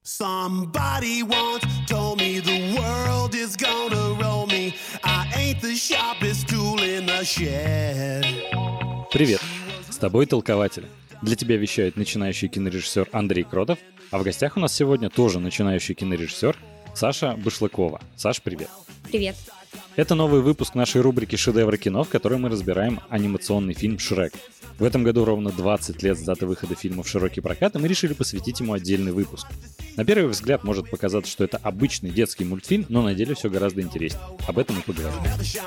Somebody once told me the world is gonna roll me. I ain't the sharpest tool in the shed. Привет, с тобой Толкователь. Для тебя вещает начинающий кинорежиссер Андрей Кротов, а в гостях у нас сегодня тоже начинающий кинорежиссер Саша Башлыкова. Саш, привет. Привет. Это новый выпуск нашей рубрики «Шедевры кино», в которой мы разбираем анимационный фильм «Шрек». В этом году ровно 20 лет с даты выхода фильма в широкий прокат, и мы решили посвятить ему отдельный выпуск. На первый взгляд может показаться, что это обычный детский мультфильм, но на деле все гораздо интереснее. Об этом мы поговорим.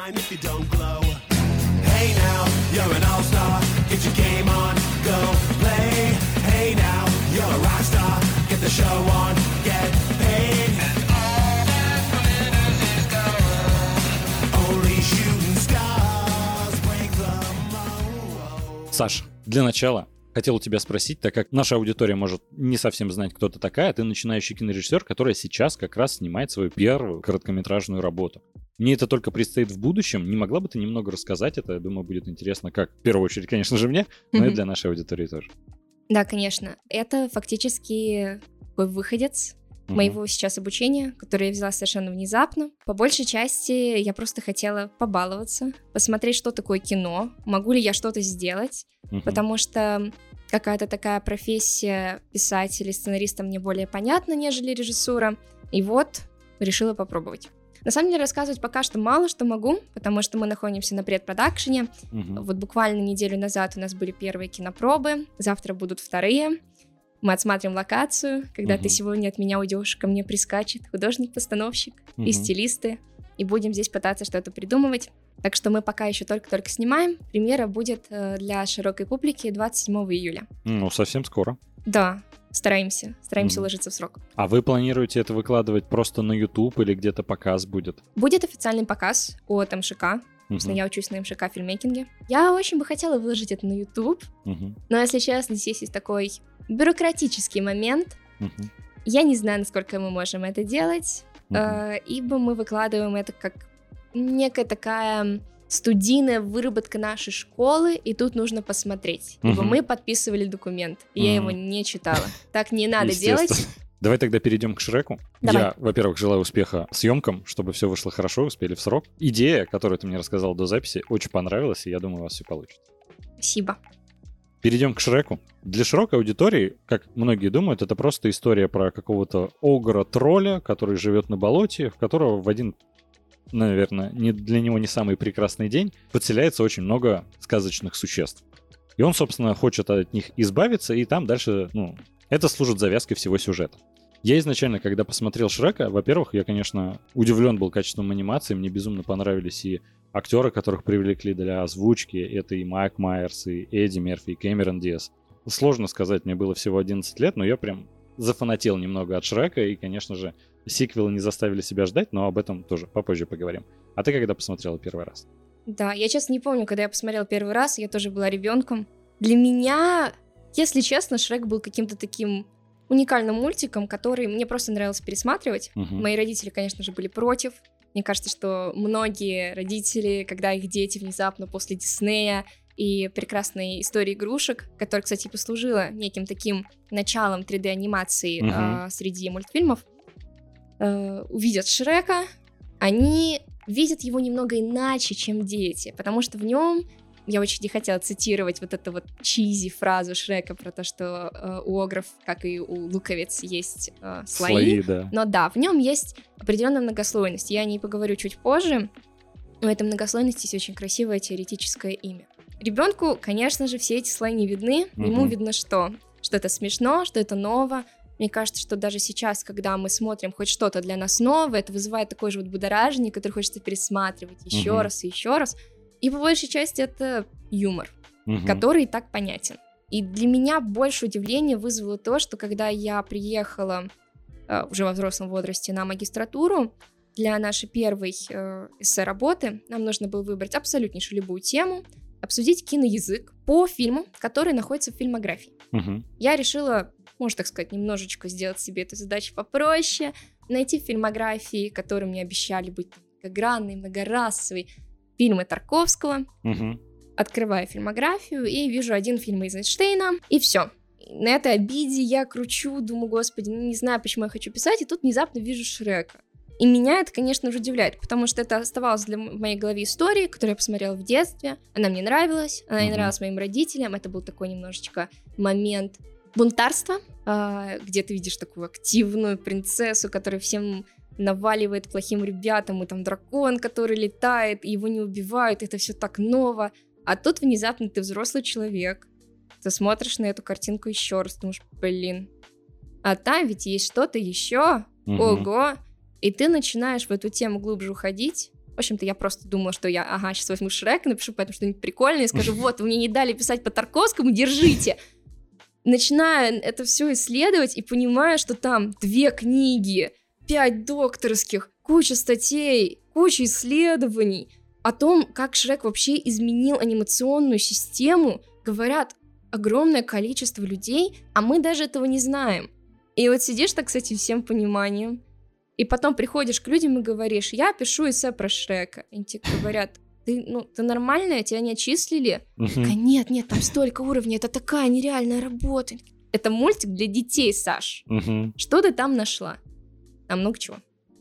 Саш, для начала хотел у тебя спросить, так как наша аудитория может не совсем знать, кто ты такая, ты начинающий кинорежиссер, которая сейчас как раз снимает свою первую короткометражную работу. Мне это только предстоит в будущем. Не могла бы ты немного рассказать это? Я думаю, будет интересно, как, в первую очередь, конечно же, мне, но и для нашей аудитории тоже. Да, конечно. Это фактически такой выходец моего сейчас обучения, которое я взяла совершенно внезапно. По большей части я просто хотела побаловаться, посмотреть, что такое кино, могу ли я что-то сделать, потому что какая-то такая профессия писателя, сценариста мне более понятна, нежели режиссура. И вот решила попробовать. На самом деле рассказывать пока что мало что могу, потому что мы находимся на предпродакшене. Вот буквально неделю назад у нас были первые кинопробы, завтра будут вторые. Мы отсматриваем локацию, когда ты сегодня от меня уйдешь, ко мне прискачет художник-постановщик и стилисты, и будем здесь пытаться что-то придумывать. Так что мы пока еще только-только снимаем. Премьера будет для широкой публики 27 июля. Ну, совсем скоро. Да, стараемся уложиться в срок. А вы планируете это выкладывать просто на YouTube или где-то показ будет? Будет официальный показ от МШК. Собственно, я учусь на МШК фильммейкинге. Я очень бы хотела выложить это на YouTube, но, если честно, здесь есть такой бюрократический момент. Я не знаю, насколько мы можем это делать, ибо мы выкладываем это как некая такая студийная выработка нашей школы, и тут нужно посмотреть. Ибо мы подписывали документ, и я его не читала. Так не надо делать. Давай тогда перейдем к Шреку. Давай. Я, во-первых, желаю успеха съемкам, чтобы все вышло хорошо, успели в срок. Идея, которую ты мне рассказал до записи, очень понравилась, и я думаю, у вас все получится. Спасибо. Перейдем к Шреку. Для широкой аудитории, как многие думают, это просто история про какого-то огра-тролля, который живет на болоте, в которого в один, наверное, для него не самый прекрасный день, подселяется очень много сказочных существ. И он, собственно, хочет от них избавиться, и там дальше, это служит завязкой всего сюжета. Я изначально, когда посмотрел Шрека, во-первых, я, конечно, удивлен был качеством анимации, мне безумно понравились и актеры, которых привлекли для озвучки, это и Майк Майерс, и Эдди Мерфи, и Кэмерон Диаз. Сложно сказать, мне было всего 11 лет, но я прям зафанател немного от Шрека, и, конечно же, сиквелы не заставили себя ждать, но об этом тоже попозже поговорим. А ты когда посмотрела первый раз? Да, я честно не помню, когда я посмотрела первый раз, я тоже была ребенком. Для меня, если честно, Шрек был каким-то таким уникальным мультиком, который мне просто нравилось пересматривать. Мои родители, конечно же, были против. Мне кажется, что многие родители, когда их дети внезапно после Диснея и прекрасной истории игрушек, которая, кстати, послужила неким таким началом 3D-анимации среди мультфильмов, увидят Шрека, они видят его немного иначе, чем дети, потому что в нем... Я очень не хотела цитировать вот эту вот чизи фразу Шрека про то, что у огров, как и у луковиц, есть слои. Да. Но да, в нем есть определенная многослойность. Я о ней поговорю чуть позже. У этой многослойности есть очень красивое теоретическое имя. Ребенку, конечно же, все эти слои не видны. Ему видно что? Что это смешно, что это ново. Мне кажется, что даже сейчас, когда мы смотрим хоть что-то для нас новое, это вызывает такой же вот будоражник, который хочется пересматривать еще раз и еще раз. И по большей части это юмор, который и так понятен. И для меня больше удивления вызвало то, что когда я приехала уже во взрослом возрасте на магистратуру, для нашей первой эссе-работы нам нужно было выбрать абсолютнейшую любую тему, обсудить киноязык по фильму, который находится в фильмографии. Я решила, можно так сказать, немножечко сделать себе эту задачу попроще, найти в фильмографии, которые мне обещали быть многогранной, многорасовой, фильмы Тарковского, открываю фильмографию и вижу один фильм Эйзенштейна, и все. на этой обиде я кручу, думаю, господи, не знаю, почему я хочу писать, и тут внезапно вижу Шрека. И меня это, конечно же, удивляет, потому что это оставалось в моей голове историей, которую я посмотрела в детстве. Она мне нравилась, она не нравилась моим родителям. Это был такой немножечко момент бунтарства, где ты видишь такую активную принцессу, которая всем наваливает плохим ребятам, и там дракон, который летает, и его не убивают, это все так ново. А тут внезапно ты взрослый человек, ты смотришь на эту картинку еще раз, думаешь, блин, а там ведь есть что-то еще, ого! И ты начинаешь в эту тему глубже уходить. В общем-то, я просто думала, что я, сейчас возьму Шрека, напишу поэтому что-нибудь прикольное и скажу, вот, вы мне не дали писать по Тарковскому, держите. Начинаю это все исследовать и понимаю, что там 2 книги, 5 докторских, куча статей, куча исследований о том, как Шрек вообще изменил анимационную систему, говорят огромное количество людей, а мы даже этого не знаем. И вот сидишь так с этим всем пониманием, и потом приходишь к людям и говоришь, я пишу эссе про Шрека. И тебе говорят, ты нормальная, тебя не отчислили? Нет, там столько уровней, это такая нереальная работа. Это мультик для детей, Саш. Что ты там нашла? А много чего.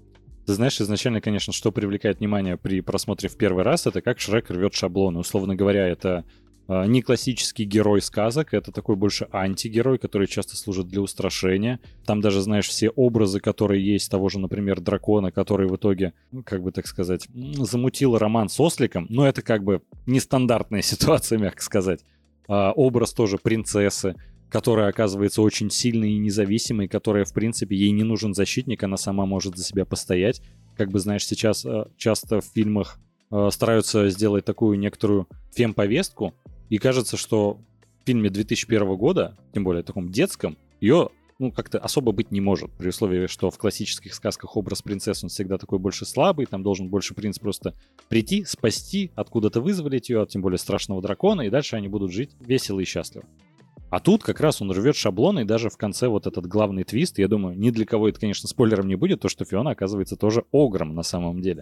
Ты знаешь, изначально, конечно, что привлекает внимание при просмотре в первый раз, это как Шрек рвет шаблоны. Условно говоря, это не классический герой сказок, это такой больше антигерой, который часто служит для устрашения. Там даже, знаешь, все образы, которые есть, того же, например, дракона, который в итоге, как бы так сказать, замутил роман с осликом, но это как бы нестандартная ситуация, мягко сказать. Образ тоже принцессы, которая оказывается очень сильной и независимой, которая, в принципе, ей не нужен защитник, она сама может за себя постоять. Как бы, знаешь, сейчас часто в фильмах стараются сделать такую некоторую фем-повестку, и кажется, что в фильме 2001 года, тем более таком детском, ее как-то особо быть не может, при условии, что в классических сказках образ принцессы, он всегда такой больше слабый, там должен больше принц просто прийти, спасти, откуда-то вызволить ее, тем более страшного дракона, и дальше они будут жить весело и счастливо. А тут как раз он рвет шаблоны, и даже в конце вот этот главный твист, я думаю, ни для кого это, конечно, спойлером не будет, то, что Фиона оказывается тоже огром на самом деле.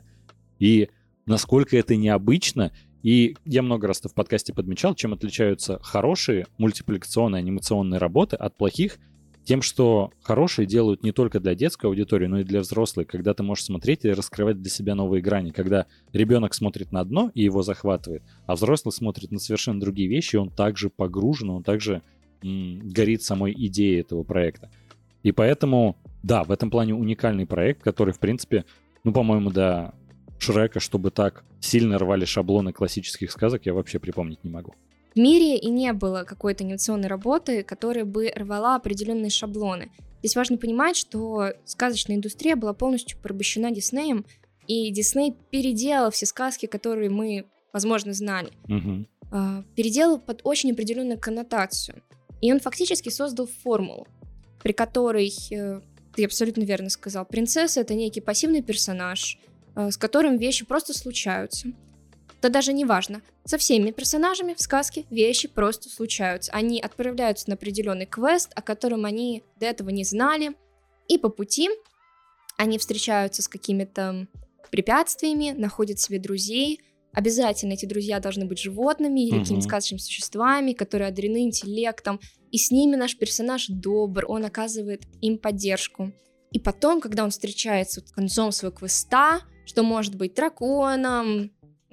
И насколько это необычно, и я много раз в подкасте подмечал, чем отличаются хорошие мультипликационные анимационные работы от плохих, тем, что хорошие делают не только для детской аудитории, но и для взрослой, когда ты можешь смотреть и раскрывать для себя новые грани, когда ребенок смотрит на одно и его захватывает, а взрослый смотрит на совершенно другие вещи, и он также погружен, он также горит самой идеей этого проекта. И поэтому, да, в этом плане уникальный проект, который, в принципе, по-моему, до Шрека, чтобы так сильно рвали шаблоны классических сказок, я вообще припомнить не могу. В мире и не было какой-то анимационной работы, которая бы рвала определенные шаблоны. Здесь важно понимать, что сказочная индустрия была полностью порабощена Диснеем, и Дисней переделал все сказки, которые мы, возможно, знали. Переделал под очень определенную коннотацию. И он фактически создал формулу, при которой, ты абсолютно верно сказал, принцесса — это некий пассивный персонаж, с которым вещи просто случаются. Это даже не важно. Со всеми персонажами в сказке вещи просто случаются. Они отправляются на определенный квест, о котором они до этого не знали. И по пути они встречаются с какими-то препятствиями, находят себе друзей. Обязательно эти друзья должны быть животными или какими-то сказочными существами, которые одарены интеллектом. И с ними наш персонаж добр, он оказывает им поддержку. И потом, когда он встречается с концом своего квеста, что может быть драконом,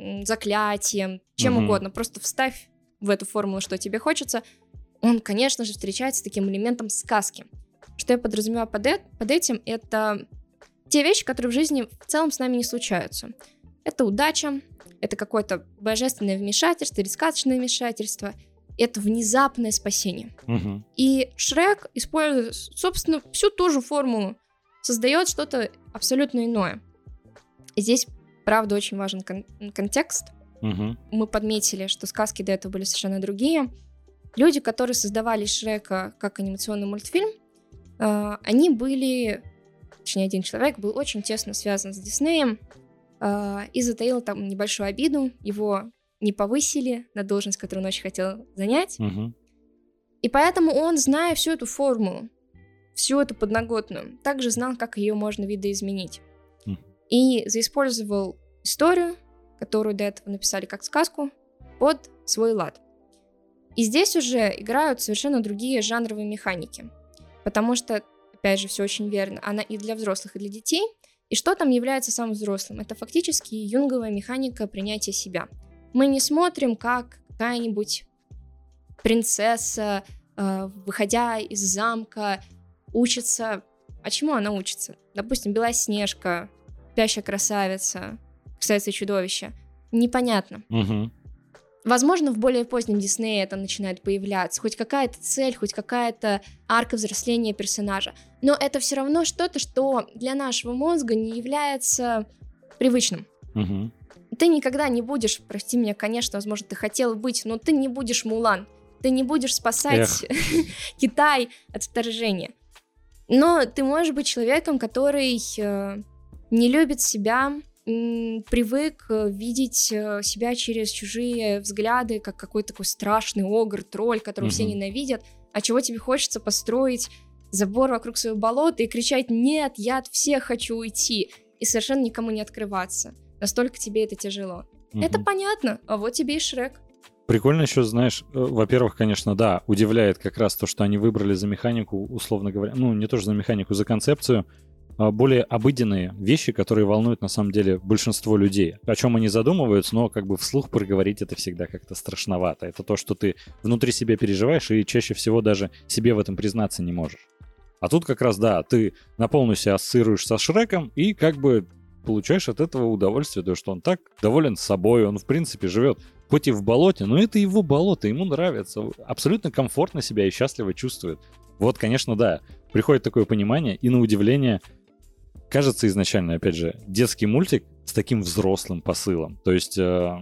заклятием, чем угодно, просто вставь в эту формулу, что тебе хочется, он, конечно же, встречается с таким элементом сказки. Что я подразумеваю под этим, это те вещи, которые в жизни в целом с нами не случаются. Это удача, это какое-то божественное вмешательство или сказочное вмешательство, это внезапное спасение. И Шрек, используя, собственно, всю ту же формулу, создает что-то абсолютно иное. И здесь, правда, очень важен контекст. Мы подметили, что сказки до этого были совершенно другие. Люди, которые создавали Шрека как анимационный мультфильм, они были, точнее, один человек был очень тесно связан с Диснеем и затаил там небольшую обиду. Его не повысили на должность, которую он очень хотел занять. И поэтому он, зная всю эту формулу, всю эту подноготную, также знал, как ее можно видоизменить. И заиспользовал историю, которую до этого написали как сказку, под свой лад. И здесь уже играют совершенно другие жанровые механики, потому что, опять же, все очень верно, она и для взрослых, и для детей. И что там является самым взрослым? Это фактически юнговая механика принятия себя. Мы не смотрим, как какая-нибудь принцесса, выходя из замка, учится. А чему она учится? Допустим, Белоснежка, Спящая красавица, Красавица и чудовище. Непонятно. Угу. Возможно, в более позднем Диснее это начинает появляться. Хоть какая-то цель, хоть какая-то арка взросления персонажа. Но это все равно что-то, что для нашего мозга не является привычным. Угу. Ты никогда не будешь, прости меня, конечно, возможно, ты хотел быть, но ты не будешь Мулан. Ты не будешь спасать Китай от вторжения. Но ты можешь быть человеком, который не любит себя, привык видеть себя через чужие взгляды, как какой-то такой страшный огр, тролль, которого все ненавидят, а чего тебе хочется построить забор вокруг своего болота и кричать «нет, я от всех хочу уйти», и совершенно никому не открываться. Настолько тебе это тяжело. Это понятно, а вот тебе и Шрек. Прикольно еще, знаешь, во-первых, конечно, да, удивляет как раз то, что они выбрали за механику, условно говоря, ну, не тоже за механику, за концепцию, более обыденные вещи, которые волнуют на самом деле большинство людей. О чем они задумываются, но как бы вслух проговорить это всегда как-то страшновато. Это то, что ты внутри себя переживаешь и чаще всего даже себе в этом признаться не можешь. А тут как раз, да, ты на полную себя ассоциируешь со Шреком и как бы получаешь от этого удовольствие, то, что он так доволен собой, он в принципе живет хоть и в болоте, но это его болото, ему нравится, абсолютно комфортно себя и счастливо чувствует. Вот, конечно, да, приходит такое понимание, и на удивление кажется изначально, опять же, детский мультик с таким взрослым посылом. То есть,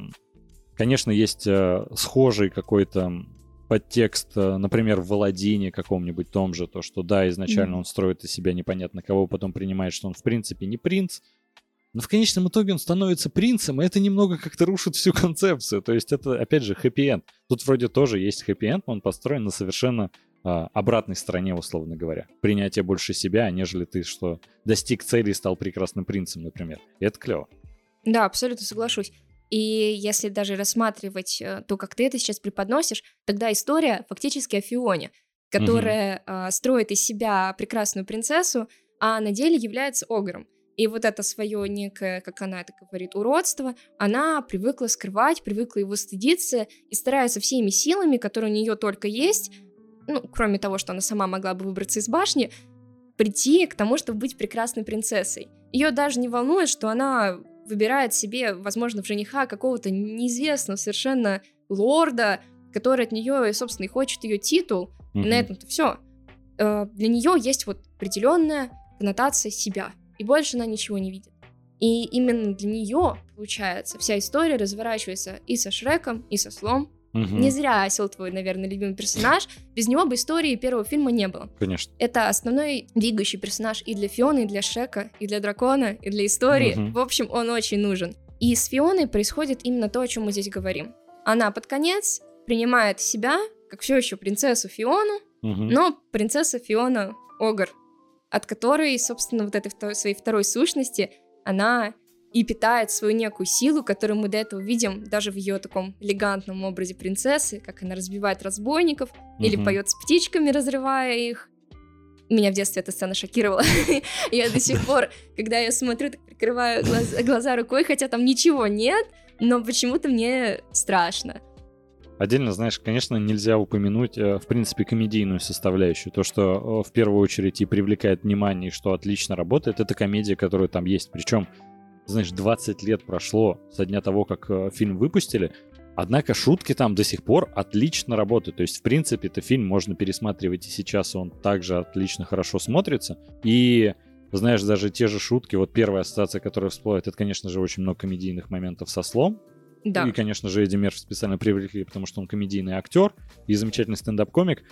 конечно, есть схожий какой-то подтекст, например, в Аладдине каком-нибудь том же, то, что да, изначально он строит из себя непонятно кого, потом принимает, что он в принципе не принц, но в конечном итоге он становится принцем, и это немного как-то рушит всю концепцию. То есть это, опять же, хэппи-энд. Тут вроде тоже есть хэппи-энд, но он построен на совершенно обратной стороне, условно говоря. Принятие больше себя, нежели ты, что достиг цели и стал прекрасным принцем, например. И это клево. Да, абсолютно соглашусь. И если даже рассматривать то, как ты это сейчас преподносишь, тогда история фактически о Фионе, которая строит из себя прекрасную принцессу, а на деле является огром. И вот это свое некое, как она это говорит, уродство, она привыкла скрывать, привыкла его стыдиться и старается всеми силами, которые у нее только есть, ну, кроме того, что она сама могла бы выбраться из башни, прийти к тому, чтобы быть прекрасной принцессой. Ее даже не волнует, что она выбирает себе, возможно, в жениха какого-то неизвестного совершенно лорда, который от нее, собственно, и хочет ее титул. И на этом-то все. Для нее есть вот определенная коннотация себя. И больше она ничего не видит. И именно для нее, получается, вся история разворачивается и со Шреком, и со Слом. Не зря Осел твой, наверное, любимый персонаж. Без него бы истории первого фильма не было. Конечно. Это основной двигающий персонаж и для Фионы, и для Шрека, и для дракона, и для истории. В общем, он очень нужен. И с Фионой происходит именно то, о чем мы здесь говорим. Она под конец принимает себя, как все еще принцессу Фиону, но принцесса Фиона Огр, от которой, собственно, вот этой своей второй сущности, она и питает свою некую силу, которую мы до этого видим даже в ее таком элегантном образе принцессы, как она разбивает разбойников или поет с птичками, разрывая их. Меня в детстве эта сцена шокировала. Я до сих пор, когда я смотрю, так прикрываю глаза рукой, хотя там ничего нет, но почему-то мне страшно. Отдельно, знаешь, конечно, нельзя упомянуть, в принципе, комедийную составляющую. То, что в первую очередь и привлекает внимание, и что отлично работает, это комедия, которая там есть. Причем, знаешь, 20 лет прошло со дня того, как фильм выпустили, однако шутки там до сих пор отлично работают. То есть, в принципе, этот фильм можно пересматривать и сейчас, он также отлично хорошо смотрится. И, знаешь, даже те же шутки, вот первая ассоциация, которая всплывает, это, конечно же, очень много комедийных моментов со Слом. Да. И, конечно же, Эдди Мерфи специально привлекли, потому что он комедийный актер и замечательный стендап-комик.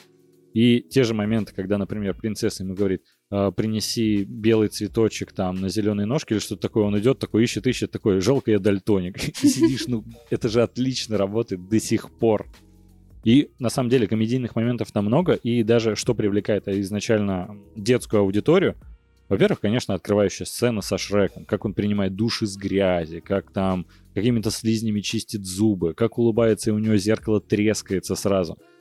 И те же моменты, когда, например, принцесса ему говорит: принеси белый цветочек там на зеленой ножке или что-то такое, он идет, такой ищет, такой: жалко, я дальтоник. И сидишь, ну, это же отлично работает до сих пор. И, на самом деле, комедийных моментов там много, и даже что привлекает изначально детскую аудиторию, во-первых, конечно, открывающая сцена со Шреком, как он принимает душ из грязи, как там какими-то слизнями чистит зубы, как улыбается, и у него зеркало трескается сразу.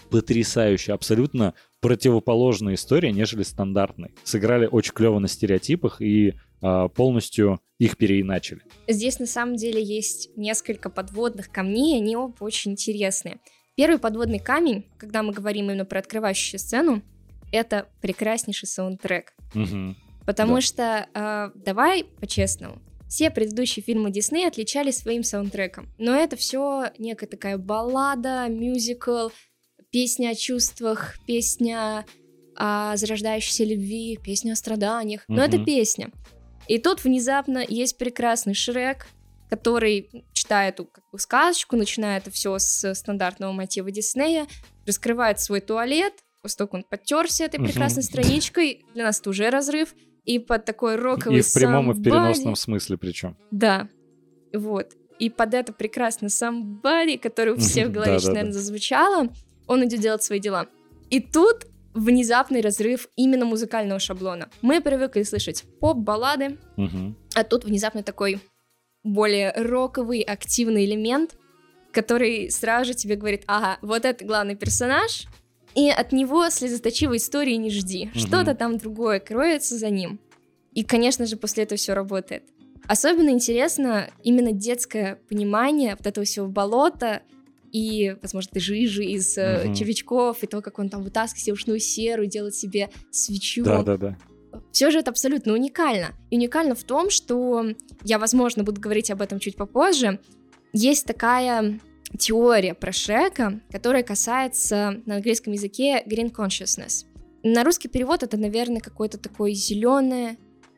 потрясающе, абсолютно противоположная история, нежели стандартная. Сыграли очень клево на стереотипах и полностью их переиначили. Здесь на самом деле есть несколько подводных камней, они оба очень интересные. Первый подводный камень, когда мы говорим именно про открывающую сцену, это прекраснейший саундтрек. Угу. Потому что, давай по-честному, все предыдущие фильмы Диснея отличались своим саундтреком. Но это все некая такая баллада, мюзикл, песня о чувствах, песня о зарождающейся любви, песня о страданиях. Но это песня. И тут внезапно есть прекрасный Шрек, который читает эту как бы сказочку, начинает это все с стандартного мотива Диснея, раскрывает свой туалет, после того, как он подтерся этой прекрасной страничкой, для нас это уже разрыв, и под такой роковый И в прямом, и в переносном somebody. смысле причем. Да, вот. И под это прекрасно somebody, который у всех в голове, наверное, зазвучало, он идет делать свои дела. И тут внезапный разрыв именно музыкального шаблона. Мы привыкли слышать поп-баллады, а тут внезапно такой более роковый, активный элемент, который сразу же тебе говорит: ага, вот это главный персонаж, и от него слезоточивой истории не жди. Что-то там другое кроется за ним. И, конечно же, после этого все работает. Особенно интересно именно детское понимание вот этого всего болота и, возможно, жижи из червячков, и то, как он там вытаскивает себе ушную серу, делает себе свечу. Да. Все же это абсолютно уникально. И уникально в том, что, я, возможно, буду говорить об этом чуть попозже, есть такая теория про Шрека, которая касается на английском языке green consciousness. На русский перевод это, наверное, какое-то такое зеленое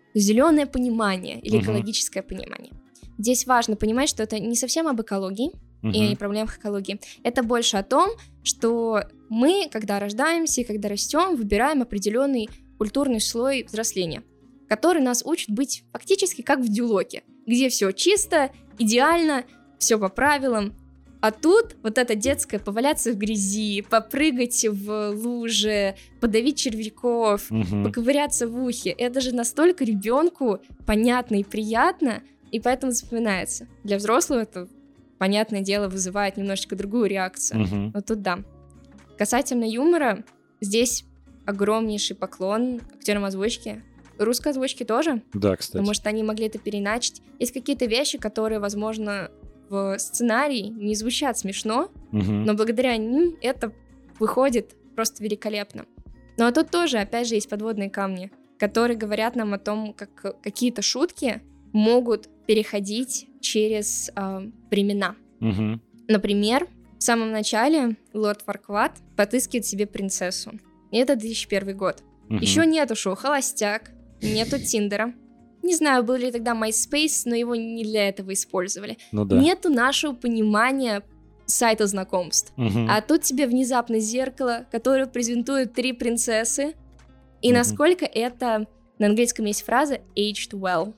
понимание или экологическое понимание. Здесь важно понимать, что это не совсем об экологии и не проблемах экологии. Это больше о том, что мы, когда рождаемся и когда растем, выбираем определенный культурный слой взросления, который нас учит быть фактически как в дюлоке, где все чисто, идеально, все по правилам. А тут вот это детское поваляться в грязи, попрыгать в луже, подавить червяков, поковыряться в ухе. Это же настолько ребенку понятно и приятно, и поэтому запоминается. Для взрослого это, понятное дело, вызывает немножечко другую реакцию. Но тут да. Касательно юмора, здесь огромнейший поклон актерам озвучки. Русской озвучки тоже. Да, кстати. Потому что они могли это переначить. Есть какие-то вещи, которые, возможно, в сценарии не звучат смешно, но благодаря ним это выходит просто великолепно. Ну а тут тоже, опять же, есть подводные камни, которые говорят нам о том, как какие-то шутки могут переходить через времена. Например, в самом начале лорд Фаркват подыскивает себе принцессу. И это 2001 год. Еще нету шоу «Холостяк», нету Тиндера. Не знаю, был ли тогда MySpace, но его не для этого использовали. Нету нашего понимания сайта знакомств. А тут тебе внезапно зеркало, которое презентует 3 принцессы. И насколько это... На английском есть фраза «aged well».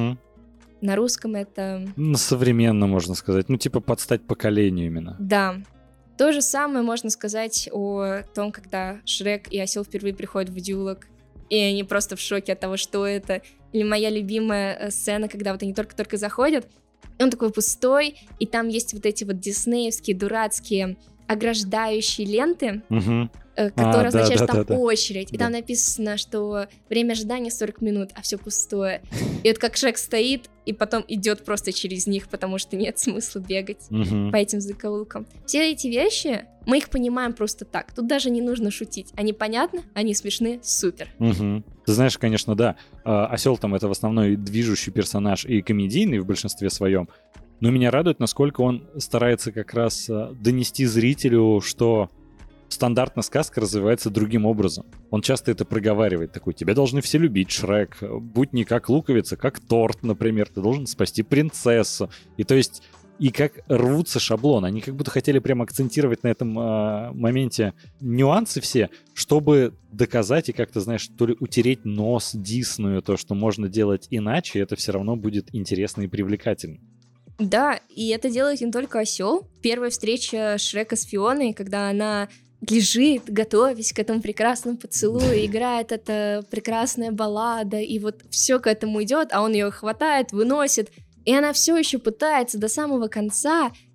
На русском это... Современно, можно сказать. Ну, типа подстать поколению именно. Да. То же самое можно сказать о том, когда Шрек и Осел впервые приходят в Дюлок, и они просто в шоке от того, что это. Или моя любимая сцена, когда вот они только-только заходят, и он такой пустой, и там есть вот эти вот диснеевские дурацкие ограждающие ленты, которые означают, что там очередь. И там написано, что время ожидания 40 минут, а все пустое. И вот как Шрек стоит, и потом идет просто через них, потому что нет смысла бегать по этим закоулкам. Все эти вещи, мы их понимаем просто так. Тут даже не нужно шутить. Они понятны, они смешны, супер. Ты знаешь, конечно, да. Осел там это в основном движущий персонаж и комедийный в большинстве своем. Но меня радует, насколько он старается как раз донести зрителю, что стандартно сказка развивается другим образом. Он часто это проговаривает, такой: тебя должны все любить, Шрек, будь не как луковица, как торт, например, ты должен спасти принцессу. И то есть, и как рвутся шаблоны, они как будто хотели прямо акцентировать на этом моменте нюансы все, чтобы доказать и как-то, знаешь, то ли утереть нос Диснею, то, что можно делать иначе, это все равно будет интересно и привлекательно. Да, и это делает не только Осел. Первая встреча Шрека с Фионой, когда она лежит, готовясь к этому прекрасному поцелую, играет эта прекрасная баллада, и вот все к этому идет, а он ее хватает, выносит, и она все еще пытается до самого конца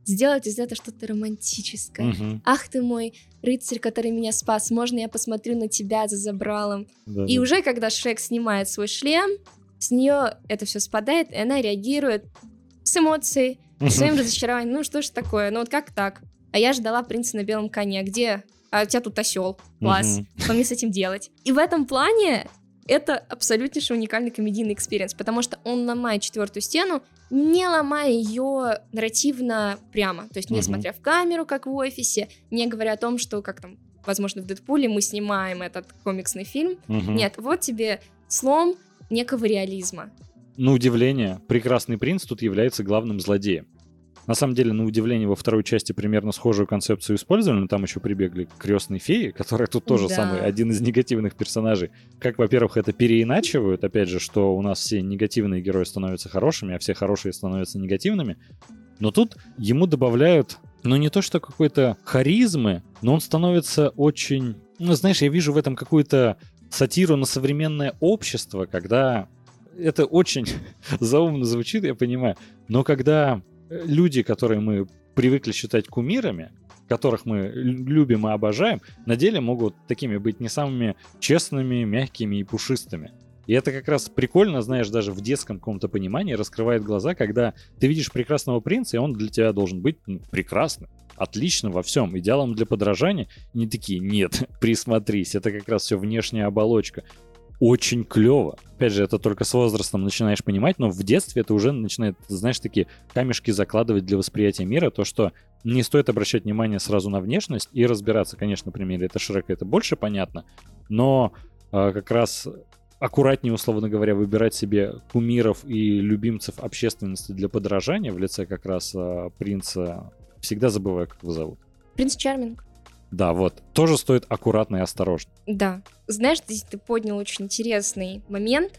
сделать из этого что-то романтическое. Ах ты мой рыцарь, который меня спас, можно я посмотрю на тебя за забралом? Да, и уже когда Шрек снимает свой шлем, с нее это все спадает, и она реагирует с эмоцией, своим разочарованием. Ну что ж такое, ну вот как так? А я ждала принца на белом коне, а где? А у тебя тут осел, класс, что мне с этим делать? И в этом плане это абсолютнейший уникальный комедийный экспириенс, потому что он ломает четвертую стену, не ломая ее нарративно прямо, то есть не смотря в камеру, как в офисе, не говоря о том, что, как там, возможно, в Дэдпуле мы снимаем этот комиксный фильм. Нет, вот тебе слом некого реализма. На удивление, Прекрасный принц тут является главным злодеем. На самом деле, на удивление, во второй части примерно схожую концепцию использовали, но там еще прибегли к крестной фее, которая тут тоже самый один из негативных персонажей. Как, во-первых, это переиначивают, опять же, что у нас все негативные герои становятся хорошими, а все хорошие становятся негативными. Но тут ему добавляют, ну не то что какой-то харизмы, но он становится очень... Ну, знаешь, я вижу в этом какую-то сатиру на современное общество, когда... Это очень заумно звучит, я понимаю, но когда... Люди, которые мы привыкли считать кумирами, которых мы любим и обожаем, на деле могут такими быть не самыми честными, мягкими и пушистыми. И это как раз прикольно, знаешь, даже в детском каком-то понимании раскрывает глаза, когда ты видишь прекрасного принца, и он для тебя должен быть прекрасным, отличным во всем, идеалом для подражания. И не такие, нет, присмотрись, это как раз все внешняя оболочка. Очень клево. Опять же, это только с возрастом начинаешь понимать, но в детстве это уже начинает, знаешь, такие камешки закладывать для восприятия мира, то, что не стоит обращать внимание сразу на внешность и разбираться. Конечно, на примере это Шрека, это больше понятно, но как раз аккуратнее, условно говоря, выбирать себе кумиров и любимцев общественности для подражания в лице как раз принца. Всегда забываю, как его зовут. Принц Чарминг. Да, вот. Тоже стоит аккуратно и осторожно. Да. Знаешь, здесь ты поднял очень интересный момент,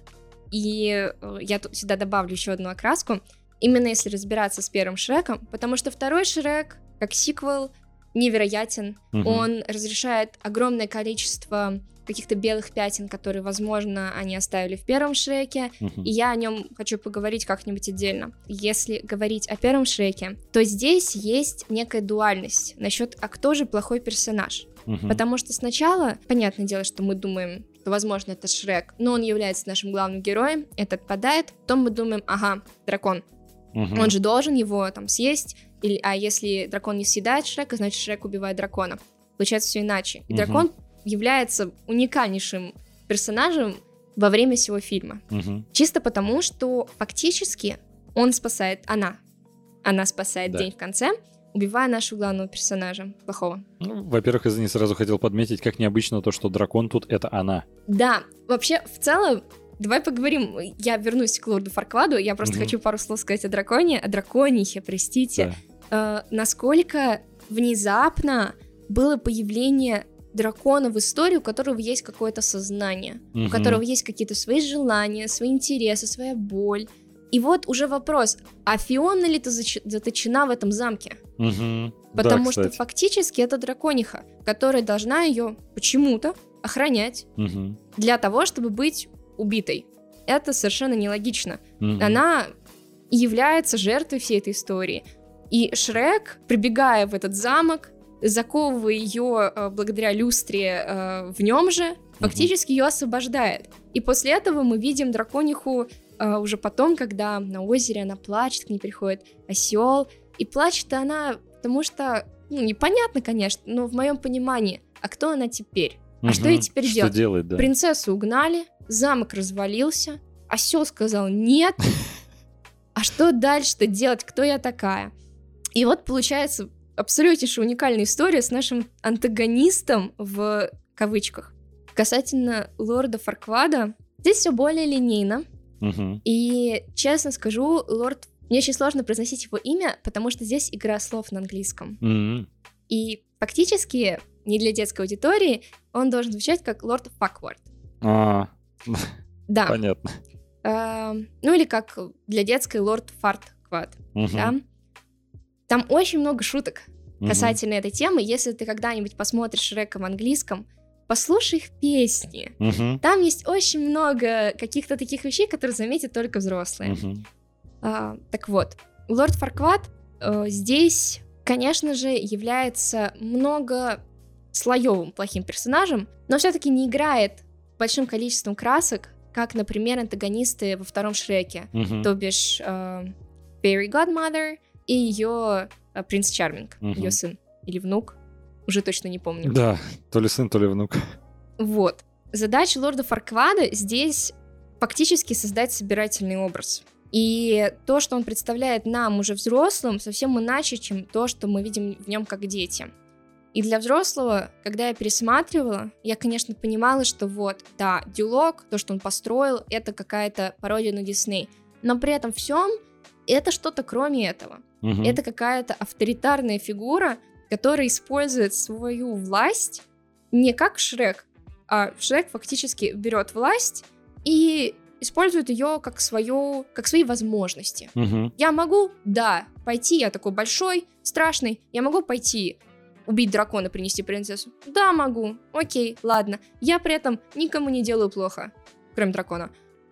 и я тут сюда добавлю еще одну окраску, именно если разбираться с первым Шреком, потому что второй Шрек, как сиквел, невероятен. Он разрешает огромное количество каких-то белых пятен, которые, возможно, они оставили в первом Шреке, и я о нем хочу поговорить как-нибудь отдельно. Если говорить о первом Шреке, то здесь есть некая дуальность насчет, а кто же плохой персонаж? Потому что сначала, понятное дело, что мы думаем, что, возможно, это Шрек, но он является нашим главным героем, это отпадает, потом мы думаем, ага, дракон, он же должен его там съесть, а если дракон не съедает Шрека, значит Шрек убивает дракона. Получается все иначе. И дракон является уникальнейшим персонажем во время всего фильма. Чисто потому, что фактически он спасает, она спасает день в конце, убивая нашего главного персонажа, плохого. Ну, во-первых, извини, сразу хотел подметить, как необычно то, что дракон тут — это она. Да, вообще, в целом, давай поговорим, я вернусь к лорду Фаркваду, я просто хочу пару слов сказать о драконихе, простите. Да. Насколько внезапно было появление дракона в истории, у которого есть какое-то сознание, у которого есть какие-то свои желания, свои интересы, своя боль. И вот уже вопрос, а Фиона ли ты заточена в этом замке? Потому что фактически это дракониха, которая должна ее почему-то охранять для того, чтобы быть убитой. Это совершенно нелогично. Она является жертвой всей этой истории. И Шрек, прибегая в этот замок, заковывая ее благодаря люстре в нем же, фактически ее освобождает. И после этого мы видим дракониху уже потом, когда на озере она плачет, к ней приходит осел. И плачет она, потому что, непонятно, конечно, но в моем понимании, а кто она теперь? А что ей теперь делать? Что делать, да. Принцессу угнали, замок развалился, осел сказал нет. А что дальше-то делать? Кто я такая? И вот получается абсолютнейшая уникальная история с нашим антагонистом в кавычках. Касательно лорда Фарквада, здесь все более линейно. И, честно скажу, лорд... Мне очень сложно произносить его имя, потому что здесь игра слов на английском. И фактически, не для детской аудитории, он должен звучать как лорд Факвард. Да. Понятно. Ну или как для детской лорд Фартквад. Да? Там очень много шуток касательно этой темы. Если ты когда-нибудь посмотришь Шрека в английском, послушай их песни. Там есть очень много каких-то таких вещей, которые заметят только взрослые. Так вот, лорд Фарквад здесь, конечно же, является многослоевым плохим персонажем, но все-таки не играет большим количеством красок, как, например, антагонисты во втором Шреке, то бишь Fairy Godmother и ее принц Чарминг, ее сын или внук, уже точно не помню. Да, то ли сын, то ли внук. Вот. Задача лорда Фарквада здесь фактически создать собирательный образ. И то, что он представляет нам уже взрослым, совсем иначе, чем то, что мы видим в нем как дети. И для взрослого, когда я пересматривала, я, конечно, понимала, что вот, да, Дюлок, то, что он построил, это какая-то пародия на Дисней. Но при этом всем это что-то кроме этого. Это какая-то авторитарная фигура, которая использует свою власть не как Шрек, а Шрек фактически берет власть и использует ее как свои возможности. Я могу, да, пойти, я такой большой, страшный, я могу пойти убить дракона, принести принцессу. Да, могу, окей, ладно. Я при этом никому не делаю плохо, кроме дракона.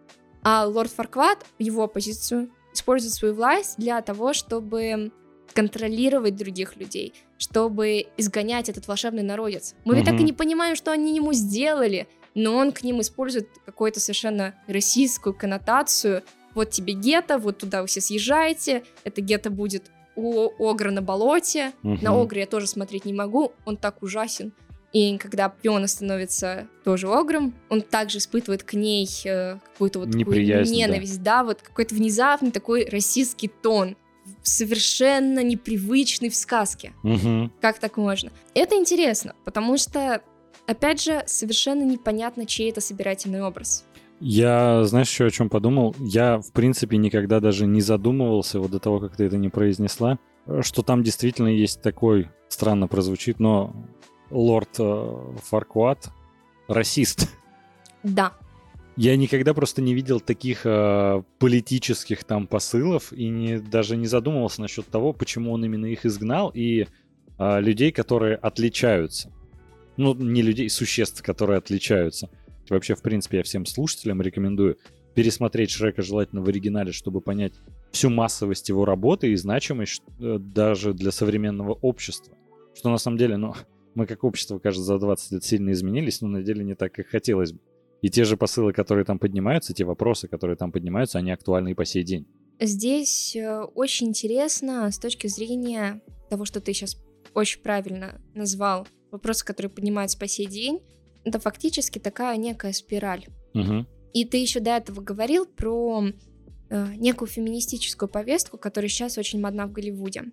А лорд Фарквад, его позицию, использует свою власть для того, чтобы контролировать других людей, чтобы изгонять этот волшебный народец. Мы ведь так и не понимаем, что они ему сделали, но он к ним использует какую-то совершенно российскую коннотацию. Вот тебе гетто, вот туда вы все съезжаете, это гетто будет у Огра на болоте. На Огре я тоже смотреть не могу, он так ужасен. И когда Фиона становится тоже Огром, он также испытывает к ней какую-то вот неприязнь, ненависть, да, вот какой-то внезапный такой российский тон, совершенно непривычный в сказке. Как так можно? Это интересно, потому что, опять же, совершенно непонятно, чей это собирательный образ. Я, знаешь, еще о чем подумал? Я, в принципе, никогда даже не задумывался, вот до того, как ты это не произнесла, что там действительно есть такой, странно прозвучит, но лорд Фарквад расист. Да. Я никогда просто не видел таких политических там посылов и даже не задумывался насчет того, почему он именно их изгнал, и людей, которые отличаются. Ну, не людей, существ, которые отличаются. Вообще, в принципе, я всем слушателям рекомендую пересмотреть Шрека желательно в оригинале, чтобы понять всю массовость его работы и значимость даже для современного общества. Что на самом деле, мы как общество, кажется, за 20 лет сильно изменились, но на деле не так, как хотелось бы. И те же посылы, которые там поднимаются, те вопросы, которые там поднимаются, они актуальны и по сей день. Здесь очень интересно с точки зрения того, что ты сейчас очень правильно назвал, вопросы, которые поднимаются по сей день, это фактически такая некая спираль. И ты еще до этого говорил про некую феминистическую повестку, которая сейчас очень модна в Голливуде.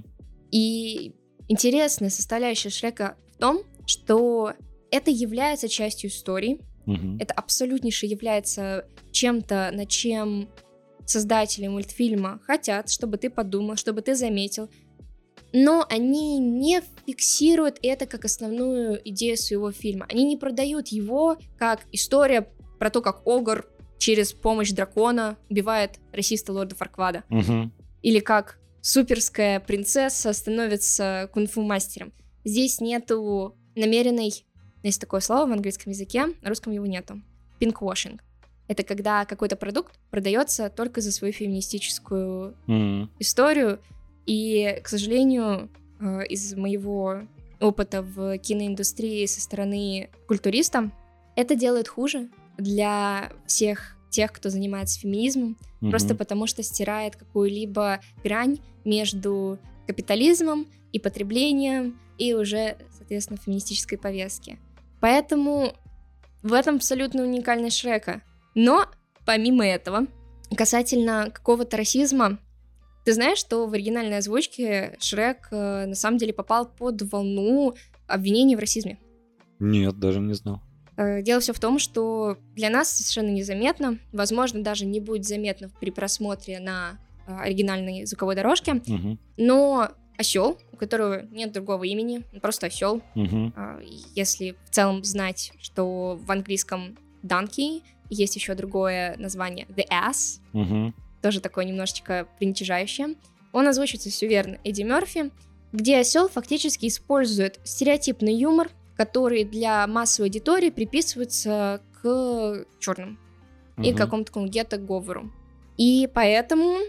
И интересная составляющая Шрека в том, что это является частью истории, это абсолютнейше является чем-то, над чем создатели мультфильма хотят, чтобы ты подумал, чтобы ты заметил, но они не фиксируют это как основную идею своего фильма. Они не продают его как история про то, как Огр через помощь дракона убивает расиста лорда Фарквада. Или как суперская принцесса становится кунг-фу мастером. Здесь нету намеренной, есть такое слово в английском языке, на русском его нету. Pinkwashing. Это когда какой-то продукт продается только за свою феминистическую историю. И, к сожалению, из моего опыта в киноиндустрии со стороны культуриста, это делает хуже для всех тех, кто занимается феминизмом, просто потому что стирает какую-либо грань между капитализмом и потреблением, и уже, соответственно, феминистической повестки. Поэтому в этом абсолютно уникальность Шрека. Но, помимо этого, касательно какого-то расизма, ты знаешь, что в оригинальной озвучке Шрек на самом деле попал под волну обвинений в расизме? Нет, даже не знал. Дело все в том, что для нас совершенно незаметно, возможно, даже не будет заметно при просмотре на оригинальной звуковой дорожке, но осел, у которого нет другого имени, он просто осел. Если в целом знать, что в английском donkey есть еще другое название the ass, тоже такое немножечко приничижающее. Он озвучивается все верно Эдди Мерфи, где осел фактически использует стереотипный юмор, который для массовой аудитории приписывается к черным и к какому-то такому гетто-говору. И поэтому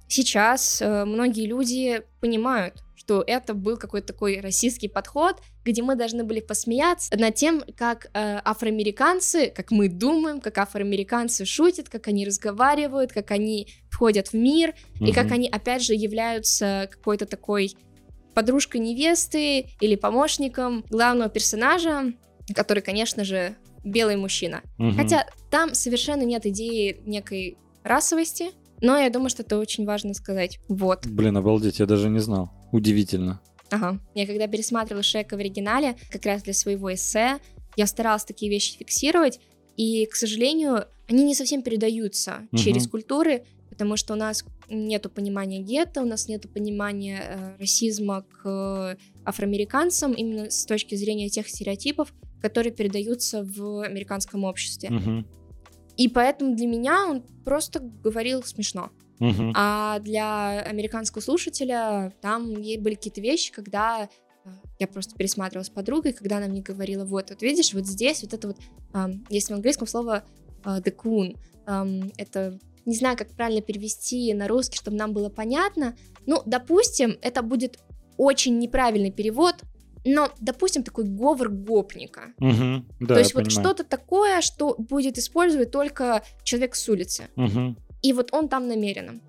сейчас многие люди понимают, что это был какой-то такой российский подход, где мы должны были посмеяться над тем, как афроамериканцы, как мы думаем, как афроамериканцы шутят, как они разговаривают, как они входят в мир, и как они, опять же, являются какой-то такой подружкой невесты или помощником главного персонажа, который, конечно же, белый мужчина. Хотя там совершенно нет идеи некой расовости, но я думаю, что это очень важно сказать. Вот. Блин, обалдеть, я даже не знал. Удивительно. Ага. Я когда пересматривала Шрека в оригинале, как раз для своего эссе, я старалась такие вещи фиксировать, и, к сожалению, они не совсем передаются через культуры, потому что у нас нету понимания гетто, у нас нету понимания расизма к афроамериканцам именно с точки зрения тех стереотипов, которые передаются в американском обществе. И поэтому для меня он просто говорил смешно. А для американского слушателя там были какие-то вещи, когда я просто пересматривала с подругой, когда она мне говорила, вот видишь, вот здесь вот это вот, есть в английском слово the coon, это, не знаю, как правильно перевести на русский, чтобы нам было понятно, ну, допустим, это будет очень неправильный перевод, но, допустим, такой говор гопника. Да, то есть вот понимаю. что-то такое, что будет использовать только человек с улицы. И вот он там намеренно.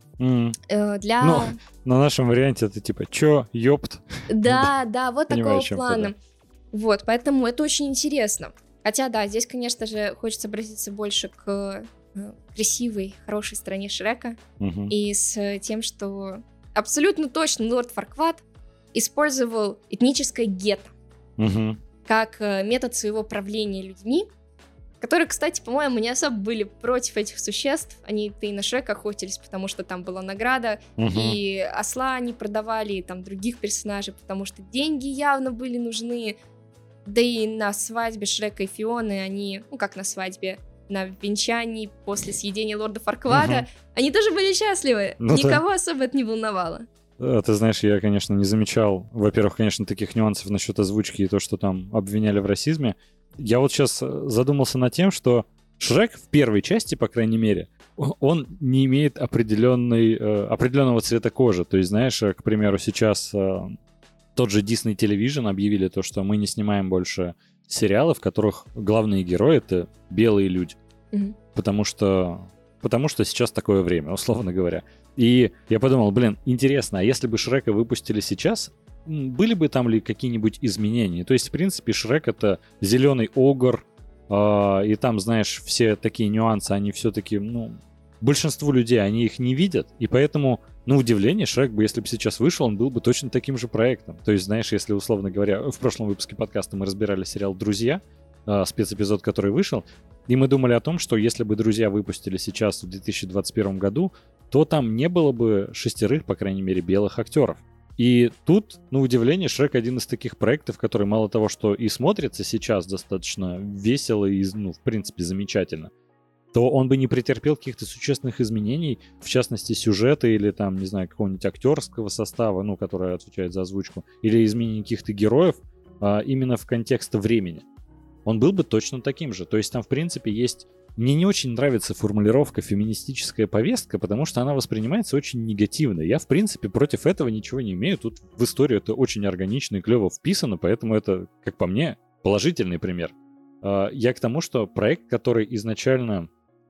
Для... Ну, на нашем варианте это типа чё, ёпт? Да, вот Понимаю, такого о чём ты, плана. Вот, поэтому это очень интересно. Хотя, да, здесь, конечно же, хочется обратиться больше к красивой, хорошей стороне Шрека. И с тем, что абсолютно точно лорд Фаркват использовал этническое гетто как метод своего правления людьми, которые, кстати, по-моему, не особо были против этих существ. Они-то и на Шрека охотились, потому что там была награда, и осла они продавали, и там других персонажей, потому что деньги явно были нужны. Да и на свадьбе Шрека и Фионы они, ну как на свадьбе, на венчании после съедения лорда Фарквада, они тоже были счастливы. Ну, никого особо это не волновало. Ты знаешь, я, конечно, не замечал, во-первых, конечно, таких нюансов насчет озвучки и то, что там обвиняли в расизме. Я вот сейчас задумался над тем, что Шрек в первой части, по крайней мере, он не имеет определенного цвета кожи. То есть, знаешь, к примеру, сейчас тот же Disney Television объявили то, что мы не снимаем больше сериалы, в которых главные герои — это белые люди. Потому что сейчас такое время, условно говоря. И я подумал, блин, интересно, а если бы Шрека выпустили сейчас, были бы там ли какие-нибудь изменения? То есть, в принципе, Шрек — это зеленый огр, и там, знаешь, все такие нюансы, они все-таки, большинству людей, они их не видят, и поэтому, на удивление, Шрек бы, если бы сейчас вышел, он был бы точно таким же проектом. То есть, знаешь, если, условно говоря, в прошлом выпуске подкаста мы разбирали сериал «Друзья», спецэпизод, который вышел, и мы думали о том, что если бы «Друзья» выпустили сейчас в 2021 году, то там не было бы 6, по крайней мере, белых актеров. И тут, на удивление, Шрек один из таких проектов, который мало того, что и смотрится сейчас достаточно весело и, в принципе, замечательно, то он бы не претерпел каких-то существенных изменений, в частности, сюжета или там, не знаю, какого-нибудь актерского состава, который отвечает за озвучку, или изменения каких-то героев именно в контексте времени. Он был бы точно таким же. То есть там, в принципе, есть... Мне не очень нравится формулировка «феминистическая повестка», потому что она воспринимается очень негативно. Я, в принципе, против этого ничего не имею. Тут в историю это очень органично и клево вписано, поэтому это, как по мне, положительный пример. Я к тому, что проект, который изначально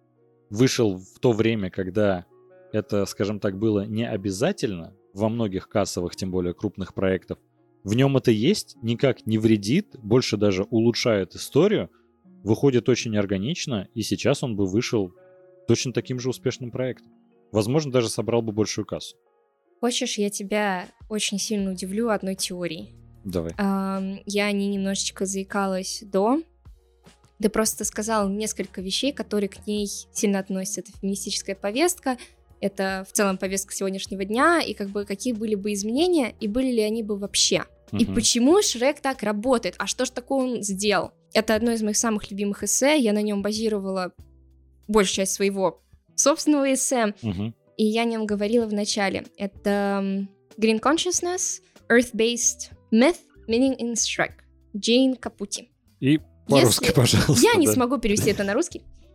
вышел в то время, когда это, скажем так, было не обязательно во многих кассовых, тем более крупных проектов, в нем это есть, никак не вредит, больше даже улучшает историю, выходит очень органично, и сейчас он бы вышел точно таким же успешным проектом. Возможно, даже собрал бы большую кассу. Хочешь, я тебя очень сильно удивлю одной теорией? Давай. Я о ней немножечко заикалась до. Ты просто сказал несколько вещей, которые к ней сильно относятся. Это феминистическая повестка, это в целом повестка сегодняшнего дня, и какие были бы изменения, и были ли они бы вообще. И почему Шрек так работает? А что ж такое он сделал? Это одно из моих самых любимых эссе. Я на нем базировала большую часть своего собственного эссе. И я о нем говорила в начале. Это Green Consciousness, Earth-Based Myth, Meaning in Shrek. Джейн Капути. И по-русски, пожалуйста. Я не смогу перевести это на русский.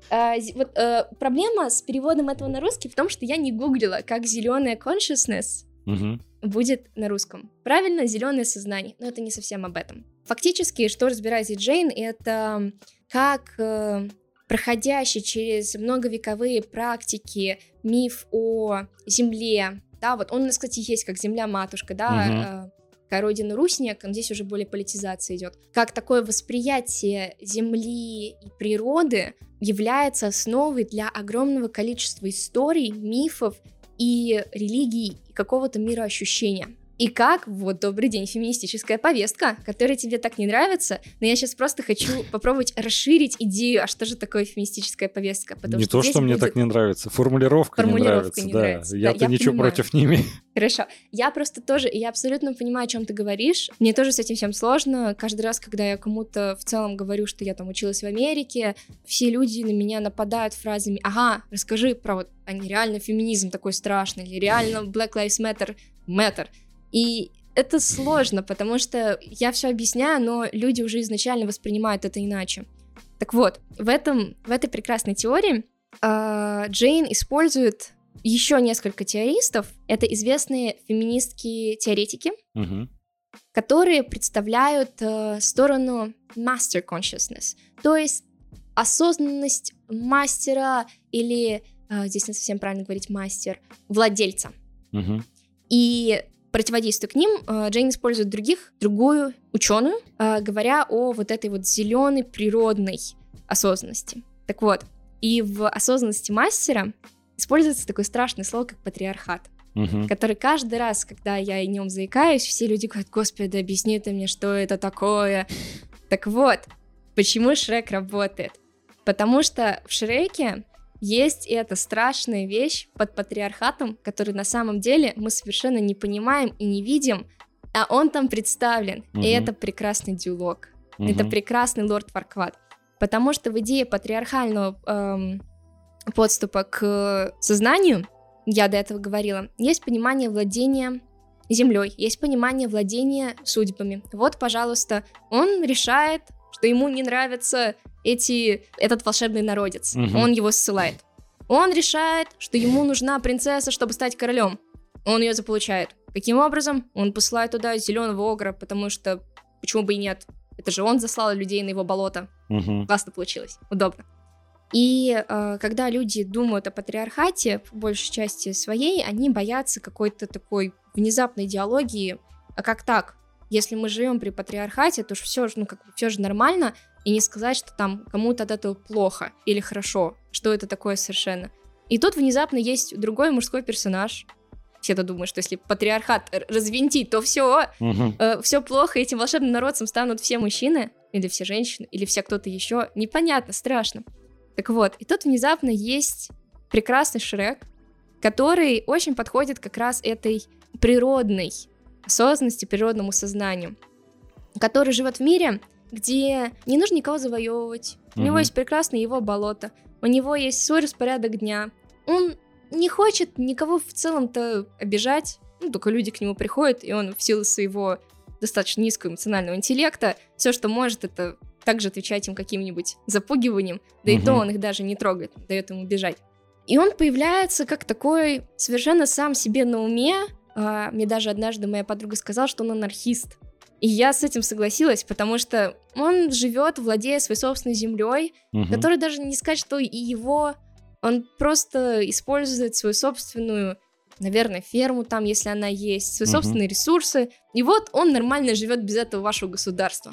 Проблема с переводом этого на русский в том, что я не гуглила, как зеленая consciousness будет на русском. Правильно, зеленое сознание, но это не совсем об этом. Фактически, что разбирает Джейн, это как проходящий через многовековые практики миф о Земле, да, вот он у нас, кстати, есть как Земля-матушка, да, родина Руснек, здесь уже более политизация идет. Как такое восприятие Земли и природы является основой для огромного количества историй, мифов и религий, и какого-то мироощущения. И как, вот, добрый день, феминистическая повестка, которая тебе так не нравится, но я сейчас просто хочу попробовать расширить идею, а что же такое феминистическая повестка. Не то, что мне так не нравится, формулировка не нравится. Я-то ничего против не имею. Хорошо, я просто тоже, я абсолютно понимаю, о чем ты говоришь, мне тоже с этим всем сложно, каждый раз, когда я кому-то в целом говорю, что я там училась в Америке, все люди на меня нападают фразами: ага, расскажи про вот, а не реально феминизм такой страшный, или реально Black Lives Matter. И это сложно, потому что я все объясняю, но люди уже изначально воспринимают это иначе. Так вот, в этой прекрасной теории Джейн использует еще несколько теористов. Это известные феминистские теоретики, которые представляют сторону master consciousness, то есть осознанность мастера или, здесь не совсем правильно говорить мастер, владельца. И противодействуя к ним, Джейн использует другую ученую, говоря о вот этой вот зеленой природной осознанности. Так вот, и в осознанности мастера используется такое страшное слово, как патриархат, который каждый раз, когда я о нем заикаюсь, все люди говорят: «Господи, объясни ты мне, что это такое». Так вот, почему Шрек работает? Потому что в Шреке есть эта страшная вещь под патриархатом, которую на самом деле мы совершенно не понимаем и не видим, а он там представлен. И это прекрасный диалог. Это прекрасный лорд Фаркват. Потому что в идее патриархального подступа к сознанию, я до этого говорила, есть понимание владения землей, есть понимание владения судьбами. Вот, пожалуйста, он решает, что ему не нравится этот волшебный народец. Он его ссылает. Он решает, что ему нужна принцесса, чтобы стать королем. Он ее заполучает. Каким образом? Он посылает туда зеленого огра, потому что почему бы и нет? Это же он заслал людей на его болото. Классно получилось. Удобно. И когда люди думают о патриархате, в большей части своей, они боятся какой-то такой внезапной идеологии. А как так? Если мы живем при патриархате, то все же нормально, и не сказать, что там кому-то от этого плохо или хорошо, что это такое совершенно. И тут внезапно есть другой мужской персонаж. Все-то думают, что если патриархат развинтить, то все плохо, и этим волшебным народцем станут все мужчины, или все женщины, или все кто-то еще. Непонятно, страшно. Так вот, и тут внезапно есть прекрасный Шрек, который очень подходит как раз этой природной осознанности, природному сознанию, который живет в мире, где не нужно никого завоевывать. У него есть прекрасное его болото, у него есть свой распорядок дня. Он не хочет никого в целом-то обижать, только люди к нему приходят, и он в силу своего достаточно низкого эмоционального интеллекта все, что может, это также отвечать им каким-нибудь запугиванием, да и то он их даже не трогает, дает им убежать. И он появляется как такой совершенно сам себе на уме. Мне даже однажды моя подруга сказала, что он анархист. И я с этим согласилась, потому что он живет, владея своей собственной землей, которая даже не сказать, что и его, он просто использует свою собственную, наверное, ферму там, если она есть, свои собственные ресурсы. И вот он нормально живет без этого вашего государства.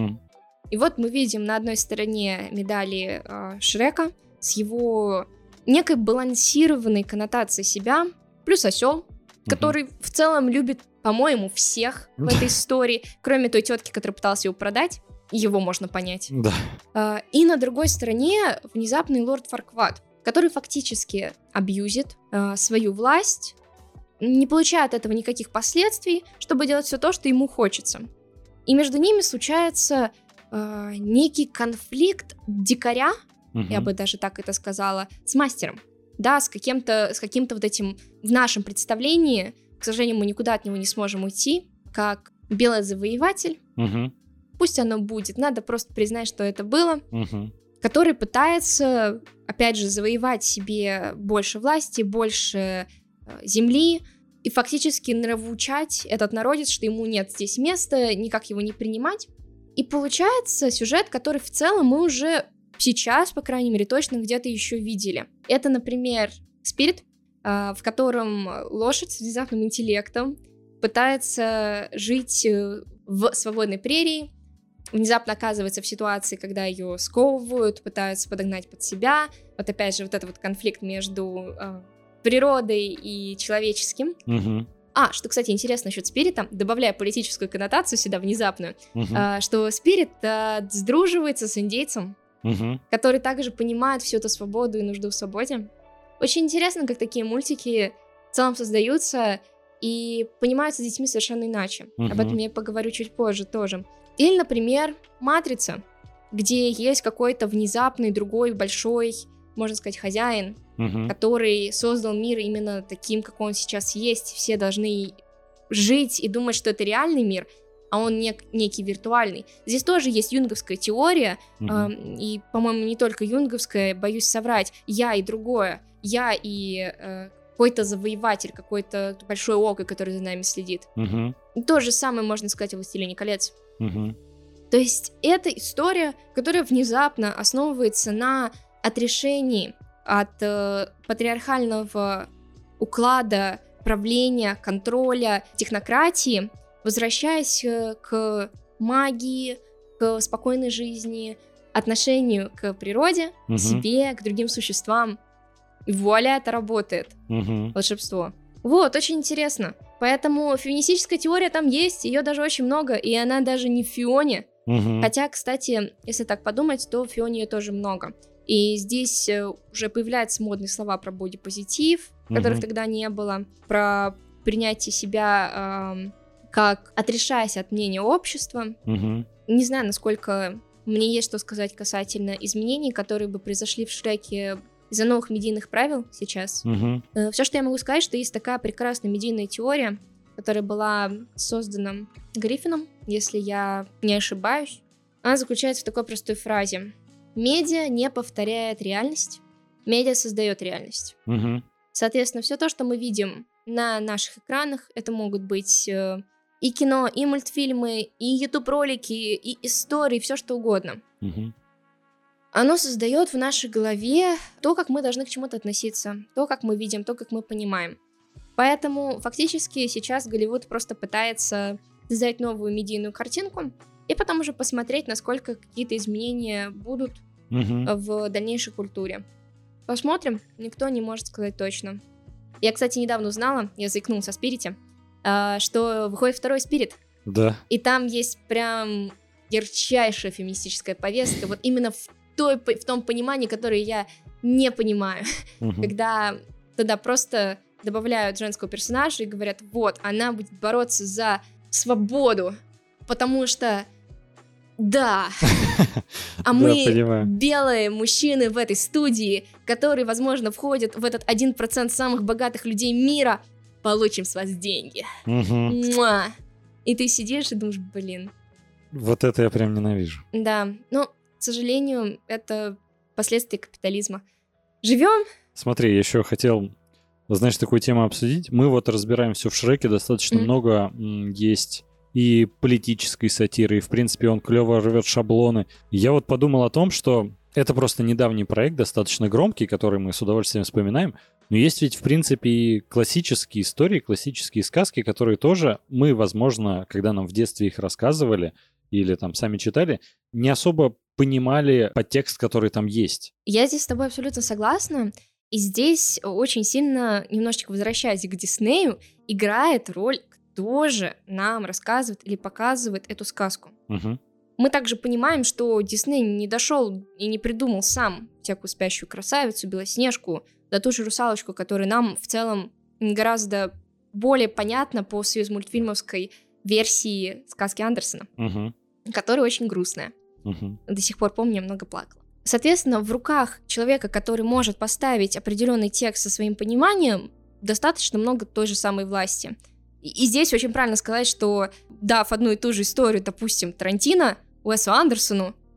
И вот мы видим на одной стороне медали Шрека с его некой балансированной коннотацией себя, плюс осел, который в целом любит, по-моему, всех в этой истории, кроме той тетки, которая пыталась его продать. Его можно понять. Да. И на другой стороне внезапный лорд Фаркват, который фактически абьюзит свою власть, не получая от этого никаких последствий, чтобы делать все то, что ему хочется. И между ними случается некий конфликт дикаря, я бы даже так это сказала, с мастером. Да, с каким-то вот этим, в нашем представлении, к сожалению, мы никуда от него не сможем уйти, как белый завоеватель. Пусть оно будет, надо просто признать, что это было. который пытается, опять же, завоевать себе больше власти, больше земли, и фактически нравоучать этот народец, что ему нет здесь места, никак его не принимать. И получается сюжет, который в целом мы уже сейчас, по крайней мере, точно где-то еще видели. Это, например, Spirit, в котором лошадь с внезапным интеллектом пытается жить в свободной прерии, внезапно оказывается в ситуации, когда ее сковывают, пытаются подогнать под себя. Вот опять же вот этот вот конфликт между природой и человеческим. Что, кстати, интересно насчет Спирита, добавляя политическую коннотацию сюда внезапную, что Спирит сдруживается с индейцем, который также понимает всю эту свободу и нужду в свободе. Очень интересно, как такие мультики в целом создаются и понимаются детьми совершенно иначе. Об этом я поговорю чуть позже тоже. Или, например, «Матрица», где есть какой-то внезапный другой большой, можно сказать, хозяин, который создал мир именно таким, как он сейчас есть. Все должны жить и думать, что это реальный мир, а он некий виртуальный. Здесь тоже есть юнговская теория, и, по-моему, не только юнговская, боюсь соврать, я и другое. Я и какой-то завоеватель, какой-то большой око, который за нами следит. То же самое можно сказать о «Властелине колец». То есть это история, которая внезапно основывается на отрешении от патриархального уклада правления, контроля, технократии, возвращаясь к магии, к спокойной жизни, отношению к природе, к себе, к другим существам. И вуаля, это работает. Волшебство. Вот, очень интересно. Поэтому феминистическая теория там есть, ее даже очень много, и она даже не в Фионе. Хотя, кстати, если так подумать, то в Фионе ее тоже много. И здесь уже появляются модные слова про бодипозитив, которых тогда не было, про принятие себя, как отрешаясь от мнения общества. Не знаю, насколько мне есть что сказать касательно изменений, которые бы произошли в Шреке из-за новых медийных правил сейчас. Все, что я могу сказать, что есть такая прекрасная медийная теория, которая была создана Гриффином, если я не ошибаюсь. Она заключается в такой простой фразе. Медиа не повторяет реальность, медиа создает реальность. Соответственно, все то, что мы видим на наших экранах, это могут быть и кино, и мультфильмы, и YouTube-ролики, и истории, все что угодно. Оно создает в нашей голове то, как мы должны к чему-то относиться, то, как мы видим, то, как мы понимаем. Поэтому фактически сейчас Голливуд просто пытается создать новую медийную картинку и потом уже посмотреть, насколько какие-то изменения будут в дальнейшей культуре. Посмотрим, никто не может сказать точно. Я, кстати, недавно узнала, я заикнулась о Спирите, что выходит второй Спирит. Да. И там есть прям ярчайшая феминистическая повестка, вот именно в том понимании, которое я не понимаю. Когда туда просто добавляют женского персонажа и говорят, вот, она будет бороться за свободу, потому что да, а мы белые мужчины в этой студии, которые, возможно, входят в этот 1% самых богатых людей мира, получим с вас деньги. Муа. И ты сидишь и думаешь, блин. Вот это я прям ненавижу. Да, но, к сожалению, это последствия капитализма. Живем. Смотри, я еще хотел, знаешь, такую тему обсудить. Мы вот разбираем все в Шреке, достаточно много есть и политической сатиры, и, в принципе, он клево рвет шаблоны. Я вот подумал о том, что это просто недавний проект, достаточно громкий, который мы с удовольствием вспоминаем, но есть ведь, в принципе, и классические истории, классические сказки, которые тоже мы, возможно, когда нам в детстве их рассказывали или там сами читали, не особо понимали подтекст, который там есть. Я здесь с тобой абсолютно согласна. И здесь очень сильно, немножечко возвращаясь к Диснею, играет роль, кто же нам рассказывает или показывает эту сказку. Мы также понимаем, что Дисней не дошел и не придумал сам всякую спящую красавицу, Белоснежку, да ту же русалочку, которая нам в целом гораздо более понятна по союзмультфильмовской версии сказки Андерсона, которая очень грустная. До сих пор помню, я много плакала. Соответственно, в руках человека, который может поставить определенный текст со своим пониманием, достаточно много той же самой власти. И здесь очень правильно сказать, что дав одну и ту же историю, допустим, Тарантино, Уэсу Андерсону,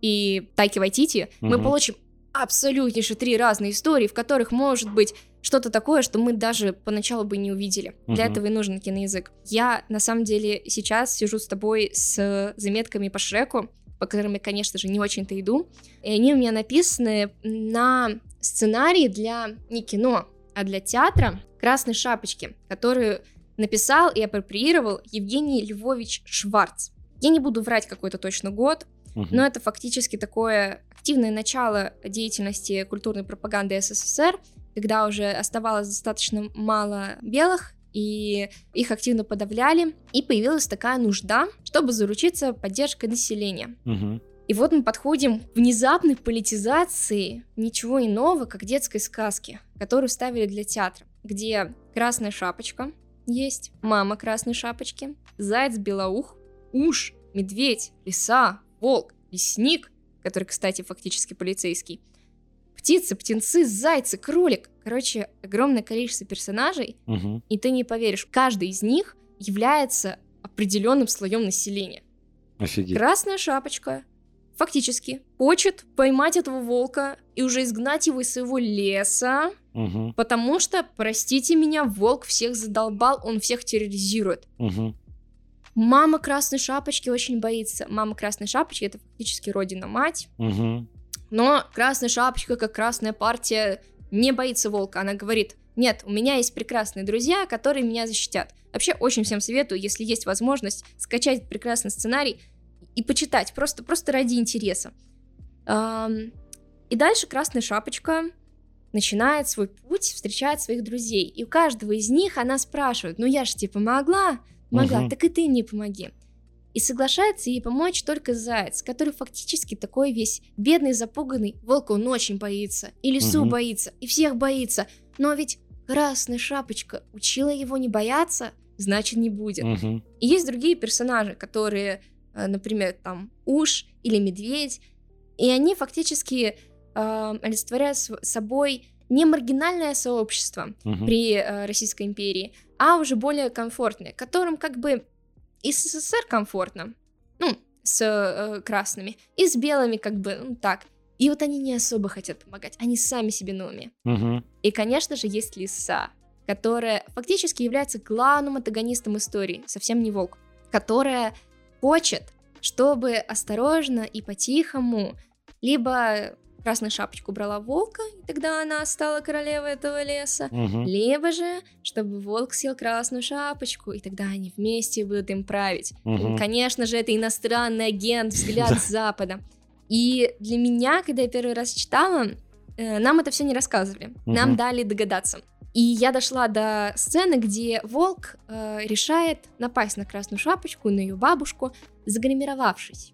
и Тайки Вайтити, мы получим абсолютнейшие 3 разные истории, в которых может быть что-то такое, что мы даже поначалу бы не увидели. Для этого и нужен киноязык. Я, на самом деле, сейчас сижу с тобой с заметками по Шреку, по которым я, конечно же, не очень-то иду, и они у меня написаны на сценарии для не кино, а для театра «Красной шапочки», которую написал и апроприировал Евгений Львович Шварц. Я не буду врать какой-то точно год, но это фактически такое активное начало деятельности культурной пропаганды СССР, когда уже оставалось достаточно мало белых, и их активно подавляли, и появилась такая нужда, чтобы заручиться поддержкой населения. И вот мы подходим к внезапной политизации ничего иного, как детской сказки, которую ставили для театра, где Красная Шапочка есть, мама Красной Шапочки, заяц-белоух, уж, медведь, лиса, волк, лесник, который, кстати, фактически полицейский, птицы, птенцы, зайцы, кролик. Короче, огромное количество персонажей, и ты не поверишь, каждый из них является определенным слоем населения. Офигеть. Красная Шапочка фактически хочет поймать этого волка и уже изгнать его из своего леса, потому что, простите меня, волк всех задолбал, он всех терроризирует. Мама Красной Шапочки очень боится. Мама Красной Шапочки — это фактически родина-мать. Но Красная Шапочка, как Красная партия, не боится волка. Она говорит: нет, у меня есть прекрасные друзья, которые меня защитят. Вообще, очень всем советую, если есть возможность, скачать прекрасный сценарий и почитать, просто ради интереса. И дальше Красная Шапочка начинает свой путь, встречает своих друзей. И у каждого из них она спрашивает: ну я же тебе помогла, так и ты мне помоги. И соглашается ей помочь только заяц, который фактически такой весь бедный, запуганный. Волка он очень боится, и лису боится, и всех боится. Но ведь Красная Шапочка учила его не бояться, значит не будет. И есть другие персонажи, которые, например, там уж или медведь, и они фактически олицетворяют собой не маргинальное сообщество при Российской империи, а уже более комфортное, которым как бы и с СССР комфортно, с красными, и с белыми как бы, так. И вот они не особо хотят помогать, они сами себе на уме. И, конечно же, есть лиса, которая фактически является главным антагонистом истории, совсем не волк, которая хочет, чтобы осторожно и по-тихому либо Красную Шапочку брала волка, и тогда она стала королевой этого леса, либо же, чтобы волк съел Красную Шапочку, и тогда они вместе будут им править. И, конечно же, это иностранный агент, взгляд с Запада. И для меня, когда я первый раз читала, нам это все не рассказывали, нам дали догадаться. И я дошла до сцены, где волк решает напасть на Красную Шапочку, на ее бабушку, загримировавшись.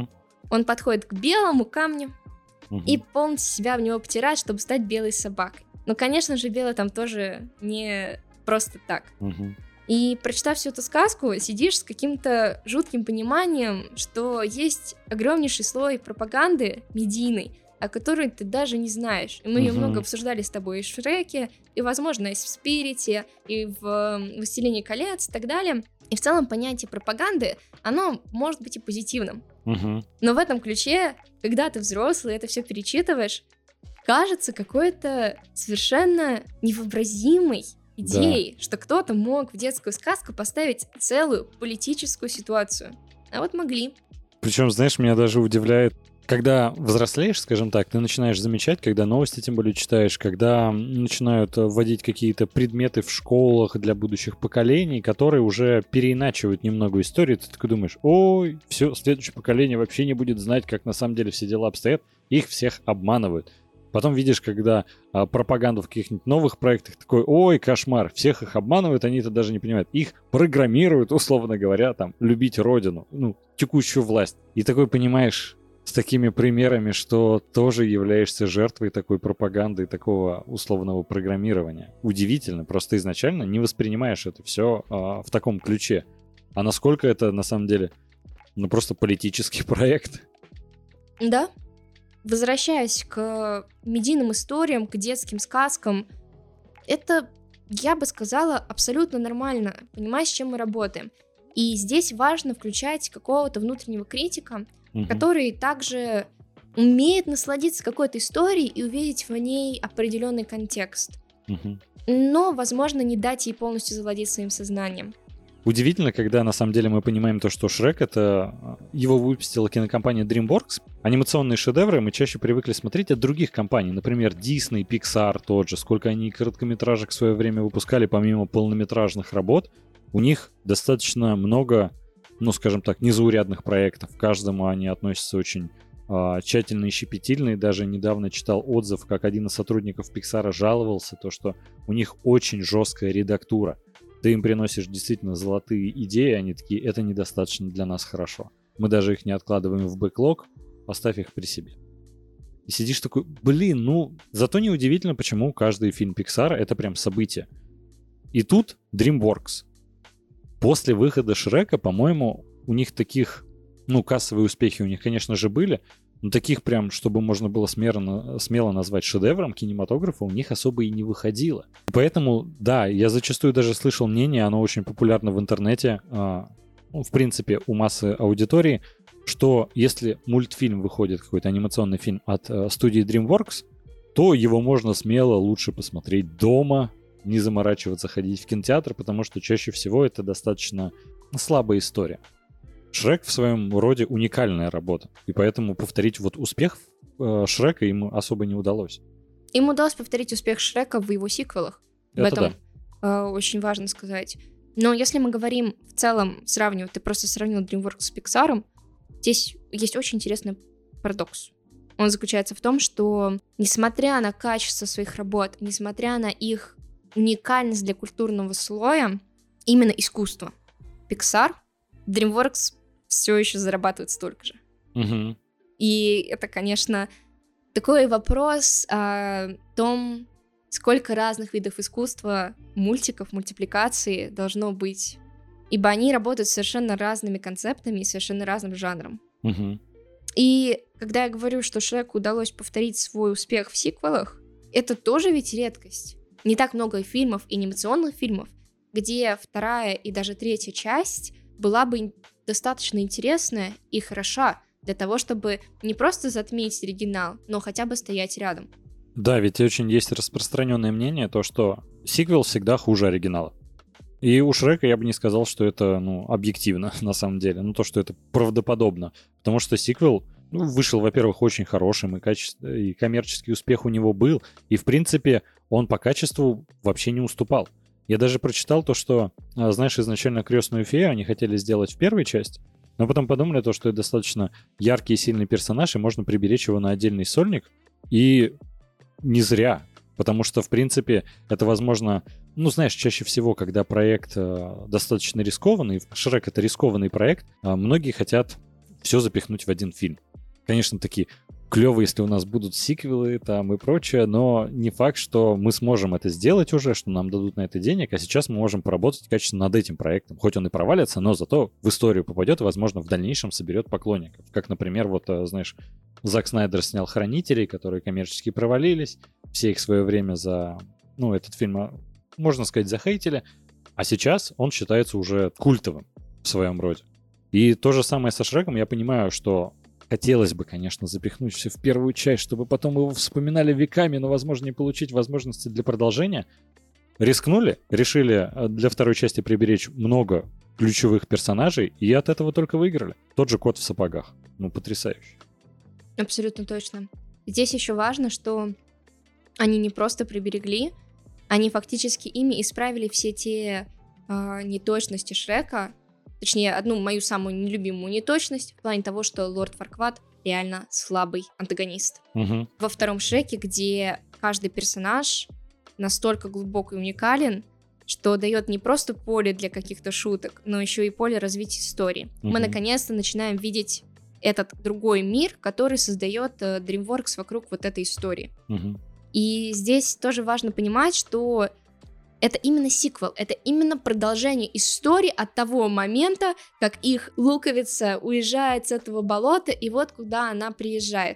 Он подходит к белому камню и полностью себя в него потирает, чтобы стать белой собакой. Но, конечно же, белый там тоже не просто так. И, прочитав всю эту сказку, сидишь с каким-то жутким пониманием, что есть огромнейший слой пропаганды медийной, о которой ты даже не знаешь. И мы ее много обсуждали с тобой и в Шреке, и, возможно, и в Спирите, и в Властелине колец и так далее. И в целом понятие пропаганды, оно может быть и позитивным. Но в этом ключе, когда ты взрослый, это все перечитываешь, кажется какой-то совершенно невообразимой идеей, что кто-то мог в детскую сказку поставить целую политическую ситуацию. А вот могли. Причем, знаешь, меня даже удивляет, когда взрослеешь, скажем так, ты начинаешь замечать, когда новости тем более читаешь, когда начинают вводить какие-то предметы в школах для будущих поколений, которые уже переиначивают немного историю, ты такой думаешь: ой, все, следующее поколение вообще не будет знать, как на самом деле все дела обстоят, их всех обманывают. Потом видишь, когда пропаганду в каких-нибудь новых проектах, такой: ой, кошмар, всех их обманывают, они это даже не понимают. Их программируют, условно говоря, там, любить родину, текущую власть. И такой понимаешь, с такими примерами, что тоже являешься жертвой такой пропаганды, такого условного программирования. Удивительно, просто изначально не воспринимаешь это все в таком ключе. А насколько это на самом деле, просто политический проект. Да. Возвращаясь к медийным историям, к детским сказкам, это, я бы сказала, абсолютно нормально, понимаешь, с чем мы работаем. И здесь важно включать какого-то внутреннего критика, который также умеет насладиться какой-то историей и увидеть в ней определенный контекст. Но, возможно, не дать ей полностью завладеть своим сознанием. Удивительно, когда на самом деле мы понимаем то, что Шрек — это его выпустила кинокомпания DreamWorks. Анимационные шедевры мы чаще привыкли смотреть от других компаний. Например, Disney, Pixar тот же. Сколько они короткометражек в свое время выпускали, помимо полнометражных работ. У них достаточно много, ну, скажем так, незаурядных проектов. К каждому они относятся очень тщательно и щепетильно. И даже недавно читал отзыв, как один из сотрудников Pixar жаловался, то, что у них очень жесткая редактура. Ты им приносишь действительно золотые идеи, они такие, это недостаточно для нас хорошо. Мы даже их не откладываем в бэклог, поставь их при себе. И сидишь такой, зато неудивительно, почему каждый фильм Pixar — это прям событие. И тут DreamWorks. После выхода Шрека, по-моему, у них таких, кассовые успехи у них, конечно же, были, но таких прям, чтобы можно было смело назвать шедевром кинематографа, у них особо и не выходило. Поэтому, да, я зачастую даже слышал мнение, оно очень популярно в интернете, в принципе, у массы аудитории, что если мультфильм выходит, какой-то анимационный фильм от студии DreamWorks, то его можно смело лучше посмотреть дома, не заморачиваться, ходить в кинотеатр, потому что чаще всего это достаточно слабая история. Шрек в своем роде уникальная работа, и поэтому повторить успех Шрека ему особо не удалось. Им удалось повторить успех Шрека в его сиквелах. Это в этом очень важно сказать. Но если мы говорим в целом, ты просто сравнил DreamWorks с Pixar, здесь есть очень интересный парадокс. Он заключается в том, что несмотря на качество своих работ, несмотря на их уникальность для культурного слоя, именно искусство, Pixar, DreamWorks все еще зарабатывает столько же. И это, конечно, такой вопрос о том, сколько разных видов искусства, мультиков, мультипликации должно быть. Ибо они работают с совершенно разными концептами и совершенно разным жанром. И когда я говорю, что Шреку удалось повторить свой успех в сиквелах, это тоже ведь редкость. Не так много фильмов, анимационных фильмов, где вторая и даже третья часть была бы достаточно интересная и хороша для того, чтобы не просто затмить оригинал, но хотя бы стоять рядом. Да, ведь очень есть распространенное мнение, то, что сиквел всегда хуже оригинала. И у Шрека я бы не сказал, что это, объективно, на самом деле. То, что это правдоподобно. Потому что сиквел, вышел, во-первых, очень хорошим, и коммерческий успех у него был. И, в принципе, он по качеству вообще не уступал. Я даже прочитал то, что, знаешь, изначально «Крестную фею» они хотели сделать в первой части, но потом подумали то, что это достаточно яркий и сильный персонаж, и можно приберечь его на отдельный сольник. И не зря, потому что, в принципе, это возможно... знаешь, чаще всего, когда проект достаточно рискованный, Шрек — это рискованный проект, многие хотят все запихнуть в один фильм. Конечно, такие клево, если у нас будут сиквелы там и прочее, но не факт, что мы сможем это сделать уже, что нам дадут на это денег, а сейчас мы можем поработать качественно над этим проектом. Хоть он и провалится, но зато в историю попадет и, возможно, в дальнейшем соберет поклонников. Как, например, знаешь, Зак Снайдер снял «Хранителей», которые коммерчески провалились, все их в свое время этот фильм, можно сказать, захейтили, а сейчас он считается уже культовым в своем роде. И то же самое со Шреком. Я понимаю, что хотелось бы, конечно, запихнуть все в первую часть, чтобы потом его вспоминали веками, но, возможно, не получить возможности для продолжения. Рискнули, решили для второй части приберечь много ключевых персонажей, и от этого только выиграли. Тот же «Кот в сапогах». Потрясающе. Абсолютно точно. Здесь еще важно, что они не просто приберегли, они фактически ими исправили все те неточности Шрека, точнее, одну мою самую нелюбимую неточность в плане того, что Лорд Фаркват реально слабый антагонист. Во втором Шреке, где каждый персонаж настолько глубок и уникален, что дает не просто поле для каких-то шуток, но еще и поле развития истории. Мы наконец-то начинаем видеть этот другой мир, который создает DreamWorks вокруг этой истории. И здесь тоже важно понимать, что это именно сиквел, это именно продолжение истории от того момента, как их луковица уезжает с этого болота, и куда она приезжает.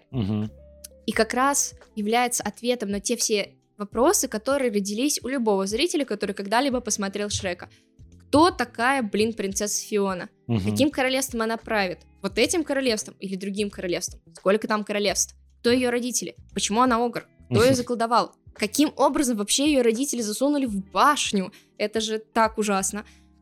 И как раз является ответом на те все вопросы, которые родились у любого зрителя, который когда-либо посмотрел Шрека. Кто такая, принцесса Фиона? Каким королевством она правит? вот этим королевством или другим королевством? Сколько там королевств? Кто ее родители? Почему она огр? Кто ее заколдовал? Каким образом вообще ее родители засунули в башню? Это же так ужасно.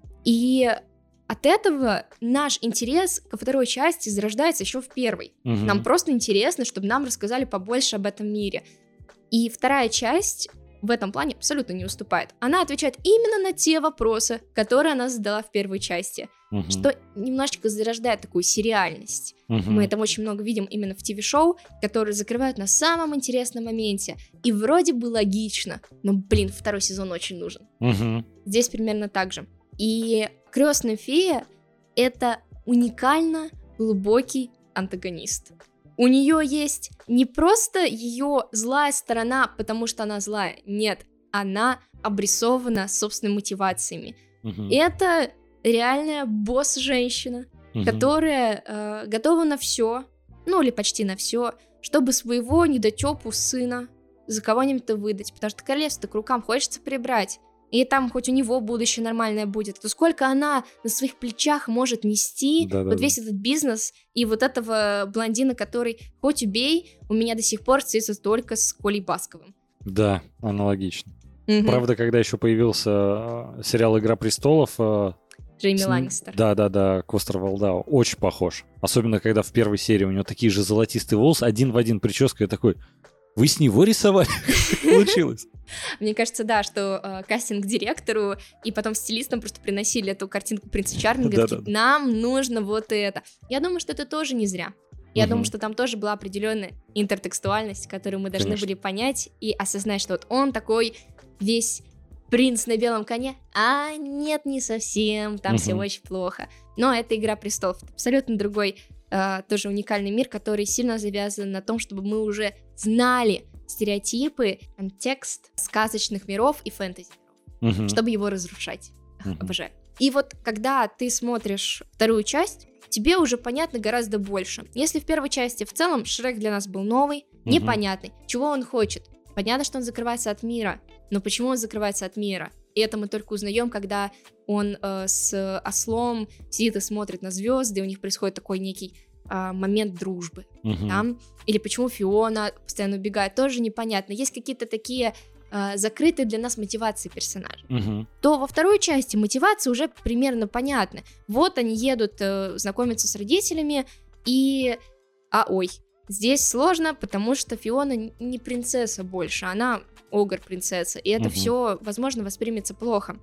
И от этого наш интерес ко второй части зарождается еще в первой. Нам просто интересно, чтобы нам рассказали побольше об этом мире. И вторая часть в этом плане абсолютно не уступает. Она отвечает именно на те вопросы, которые она задала в первой части, что немножечко зарождает такую сериальность. Мы это очень много видим именно в ТВ-шоу, которые закрывают на самом интересном моменте. И вроде бы логично, но, блин, второй сезон очень нужен. Здесь примерно так же. И «Крестная фея» — это уникально глубокий антагонист. У нее есть не просто ее злая сторона, потому что она злая. Нет, она обрисована собственными мотивациями. Это реальная босс-женщина, которая готова на все, ну или почти на все, чтобы своего недотепу сына за кого-нибудь выдать. Потому что королевство к рукам хочется прибрать. И там хоть у него будущее нормальное будет, то сколько она на своих плечах может нести весь этот бизнес и вот этого блондина, который, хоть убей, у меня до сих пор ссится только с Колей Басковым. Да, аналогично. Правда, когда еще появился сериал «Игра престолов», Джейми Ланнистер. Да, Костер Валдау, очень похож. Особенно, когда в первой серии у него такие же золотистые волосы, один в один прическа, я такой... Вы с него рисовали? Получилось. Мне кажется, да, что кастинг-директору и потом стилистам просто приносили эту картинку принца Чарльза, нам нужно вот это. Я думаю, что это тоже не зря. Я думаю, что там тоже была определенная интертекстуальность, которую мы должны были понять и осознать, что вот он такой весь принц на белом коне, а нет, не совсем, там все очень плохо. Но это «Игра престолов», абсолютно другой тоже уникальный мир, который сильно завязан на том, чтобы мы уже знали стереотипы, контекст сказочных миров и фэнтези миров, чтобы его разрушать. Обожаю. И вот когда ты смотришь вторую часть, тебе уже понятно гораздо больше. Если в первой части в целом Шрек для нас был новый, непонятный, чего он хочет. Понятно, что он закрывается от мира, но почему он закрывается от мира? И это мы только узнаем, когда он с ослом сидит и смотрит на звезды, и у них происходит такой некий момент дружбы. Да? Или почему Фиона постоянно убегает, тоже непонятно. Есть какие-то такие закрытые для нас мотивации персонажей. То во второй части мотивация уже примерно понятна. Вот они едут знакомиться с родителями, и... здесь сложно, потому что Фиона не принцесса больше, она огр-принцесса, и это все, возможно, воспримется плохо.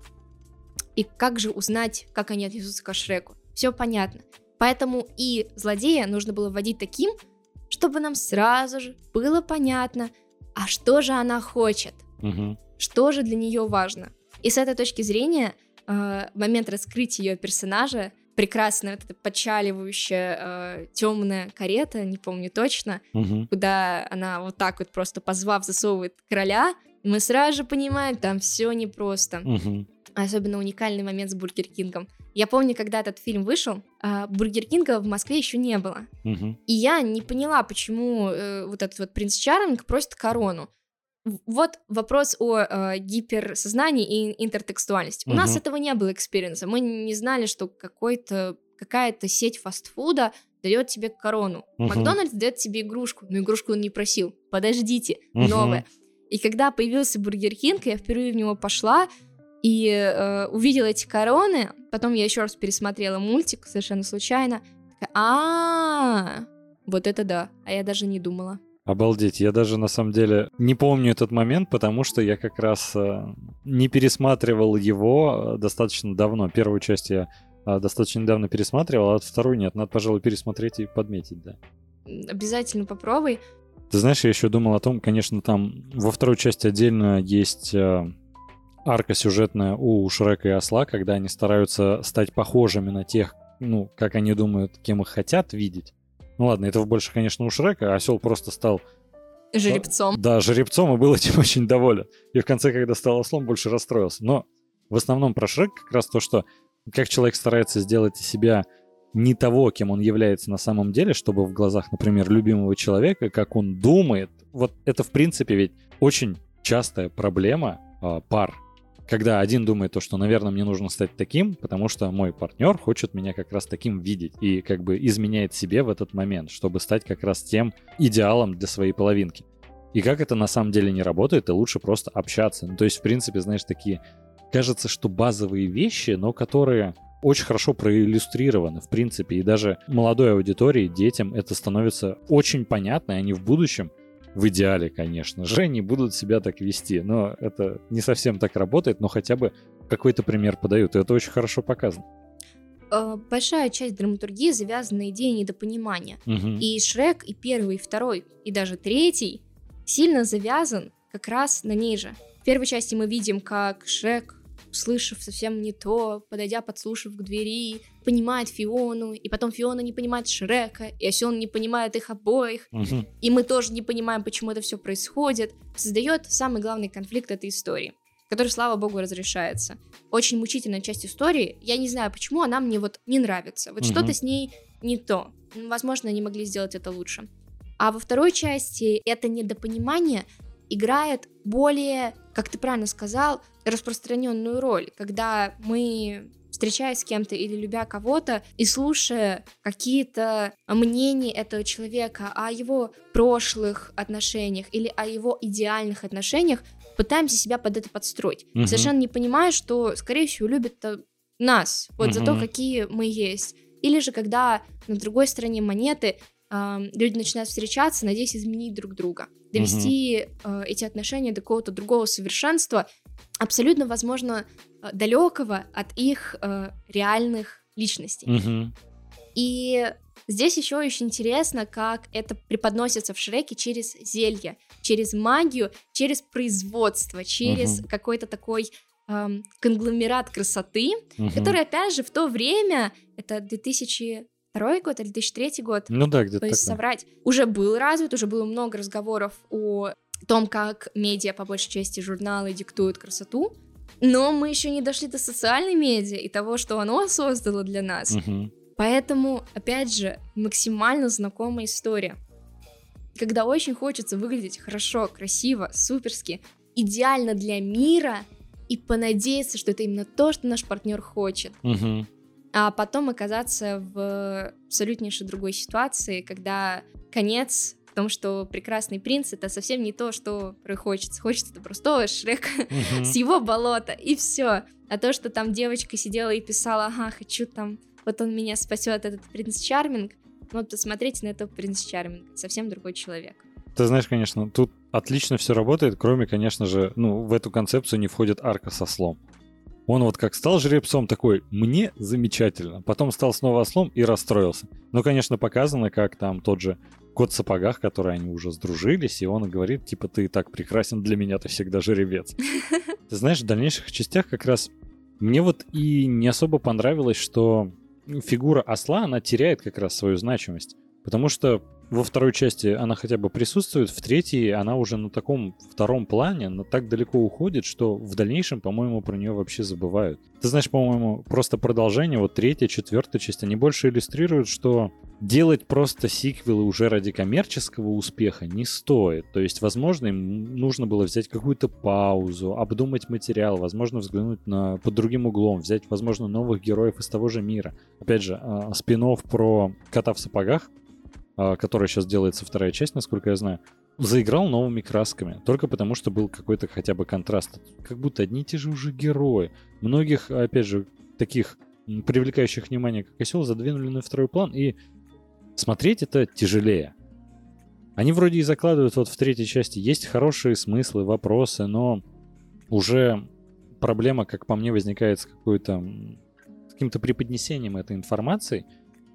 И как же узнать, как они отнесутся к Шреку? Все понятно. Поэтому и злодея нужно было вводить таким, чтобы нам сразу же было понятно, а что же она хочет, что же для нее важно. И с этой точки зрения момент раскрытия ее персонажа, прекрасная вот эта подчаливающая темная карета, не помню точно, куда она вот так вот просто позвав засовывает короля, мы сразу же понимаем, там все непросто. Особенно уникальный момент с Бургер Кингом. Я помню, когда этот фильм вышел, Бургер Кинга в Москве еще не было. И я не поняла, почему вот этот вот принц Чарльз просит корону. Вот вопрос о гиперсознании и интертекстуальности. У нас этого не было экспириенса. Мы не знали, что какая-то сеть фастфуда дает тебе корону. Макдональдс дает тебе игрушку, но игрушку он не просил. Подождите, новая. И когда появился Бургер Кинг, я впервые в него пошла и увидела эти короны. Потом я еще раз пересмотрела мультик совершенно случайно. Такая, вот это да. А я даже не думала. Обалдеть, я даже на самом деле не помню этот момент, потому что я как раз не пересматривал его достаточно давно. Первую часть я достаточно недавно пересматривал, а вторую нет. Надо, пожалуй, пересмотреть и подметить, да. Обязательно попробуй. Ты знаешь, я еще думал о том, конечно, там во второй части отдельно есть арка сюжетная у Шрека и Осла, когда они стараются стать похожими на тех, ну, как они думают, кем их хотят видеть. Ну ладно, это больше, конечно, у Шрека, а осел просто стал... Жеребцом. Да, жеребцом, и был этим очень доволен. И в конце, когда стал ослом, больше расстроился. Но в основном про Шрека как раз то, что как человек старается сделать из себя не того, кем он является на самом деле, чтобы в глазах, например, любимого человека, как он думает. Вот это, в принципе, ведь очень частая проблема пар. когда один думает то, что, наверное, мне нужно стать таким, потому что мой партнер хочет меня как раз таким видеть и как бы изменяет себе в этот момент, чтобы стать как раз тем идеалом для своей половинки. И как это на самом деле не работает, и лучше просто общаться. Ну, то есть, в принципе, знаешь, такие, кажется, что базовые вещи, но которые очень хорошо проиллюстрированы, в принципе, и даже молодой аудитории, детям это становится очень понятно, и они в будущем, в идеале, конечно же, не будут себя так вести. Но это не совсем так работает, но хотя бы какой-то пример подают, и это очень хорошо показано. Большая часть драматургии завязана на идее недопонимания. И Шрек, и первый, и второй, и даже третий сильно завязан как раз на ней же. В первой части мы видим, как Шрек, услышав совсем не то, подойдя, подслушав к двери, понимает Фиону, и потом Фиона не понимает Шрека, и Осён не понимает их обоих, и мы тоже не понимаем, почему это все происходит. Создает самый главный конфликт этой истории, который, слава богу, разрешается. Очень мучительная часть истории, я не знаю, почему она мне вот не нравится. Вот что-то с ней не то. Возможно, они могли сделать это лучше. А во второй части это недопонимание играет более, как ты правильно сказал, распространенную роль, когда мы, встречаясь с кем-то или любя кого-то, и слушая какие-то мнения этого человека о его прошлых отношениях или о его идеальных отношениях, пытаемся себя под это подстроить, совершенно не понимая, что, скорее всего, любят нас, вот за то, какие мы есть. Или же, когда на другой стороне монеты люди начинают встречаться, надеясь изменить друг друга, довести эти отношения до какого-то другого совершенства, абсолютно, возможно, далекого от их реальных личностей. И здесь еще очень интересно, как это преподносится в Шреке через зелье, через магию, через производство, через какой-то такой конгломерат красоты, который, опять же, в то время, это 2002 год или 2003 год, ну да, где-то боюсь такое. соврать, уже был развит, уже было много разговоров о том, как медиа, по большей части журналы, диктуют красоту, но мы еще не дошли до социальной медиа и того, что оно создало для нас. Поэтому, опять же, максимально знакомая история. Когда очень хочется выглядеть хорошо, красиво, суперски, идеально для мира, и понадеяться, что это именно то, что наш партнер хочет. А потом оказаться в абсолютнейшей другой ситуации, когда конец в том, что прекрасный принц — это совсем не то, что хочется. Хочется простого Шрека с его болота, и все. А то, что там девочка сидела и писала: ага, хочу там, вот он меня спасет, этот принц Чарминг. Вот посмотрите на этого принца Чарминга, совсем другой человек. Ты знаешь, конечно, тут отлично все работает, кроме, конечно же, в эту концепцию не входит арка со ослом. Он вот как стал жеребцом такой: мне замечательно. Потом стал снова ослом и расстроился. Но, конечно, показано, как там тот же кот в сапогах, который они уже сдружились, и он говорит, типа, ты так прекрасен для меня, ты всегда жеребец. Ты знаешь, в дальнейших частях как раз мне вот и не особо понравилось, что фигура осла, она теряет как раз свою значимость. Потому что во второй части она хотя бы присутствует, в третьей она уже на таком втором плане, но так далеко уходит, что в дальнейшем, по-моему, про нее вообще забывают. Ты знаешь, по-моему, просто продолжение, вот третья, четвертая часть, они больше иллюстрируют, что делать просто сиквелы уже ради коммерческого успеха не стоит. То есть, возможно, им нужно было взять какую-то паузу, обдумать материал, возможно, взглянуть под другим углом, взять, возможно, новых героев из того же мира. Опять же, спин-офф про кота в сапогах, которая сейчас делается вторая часть, насколько я знаю, заиграл новыми красками. Только потому, что был какой-то хотя бы контраст. Как будто одни и те же уже герои. Многих, опять же, таких привлекающих внимание, как осел, задвинули на второй план. И смотреть это тяжелее. Они вроде и закладывают вот в третьей части. Есть хорошие смыслы, вопросы, но уже проблема, как по мне, возникает с каким-то преподнесением этой информации.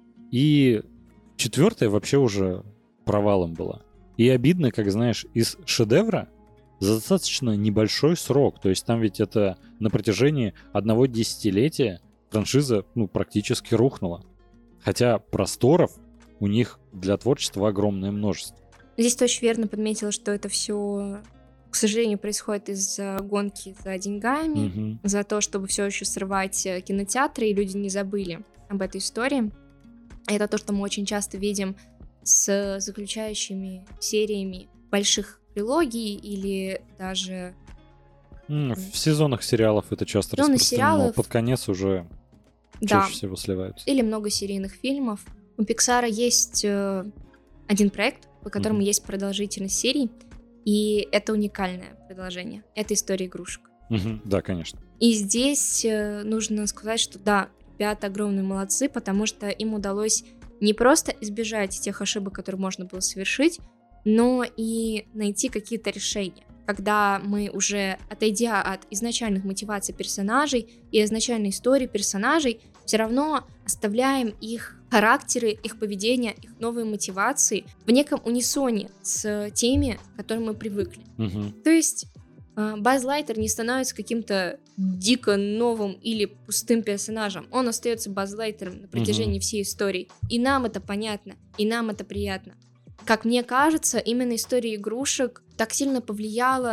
И четвертая вообще уже провалом была. И обидно, как знаешь, из шедевра за достаточно небольшой срок. То есть там ведь это на протяжении одного десятилетия франшиза практически рухнула. Хотя просторов у них для творчества огромное множество. Здесь ты очень верно подметила, что это все, к сожалению, происходит из-за гонки за деньгами, за то, чтобы все еще срывать кинотеатры, и люди не забыли об этой истории. Это то, что мы очень часто видим с заключающими сериями больших трилогий или даже В сезонах сериалов это часто Сезоны распространено, сериалов, под конец уже да, чаще всего сливаются. или много серийных фильмов. У Pixar есть один проект, по которому есть продолжительность серий, и это уникальное продолжение. Это история игрушек. Да, конечно. И здесь нужно сказать, что да, ребята огромные молодцы, потому что им удалось не просто избежать тех ошибок, которые можно было совершить, но и найти какие-то решения. Когда мы уже, отойдя от изначальных мотиваций персонажей и изначальной истории персонажей, все равно оставляем их характеры, их поведение, их новые мотивации в неком унисоне с теми, к которым мы привыкли. То есть Базз Лайтер не становится каким-то дико новым или пустым персонажем. Он остается Базз Лайтером на протяжении всей истории. И нам это понятно, и нам это приятно. Как мне кажется, именно история игрушек так сильно повлияла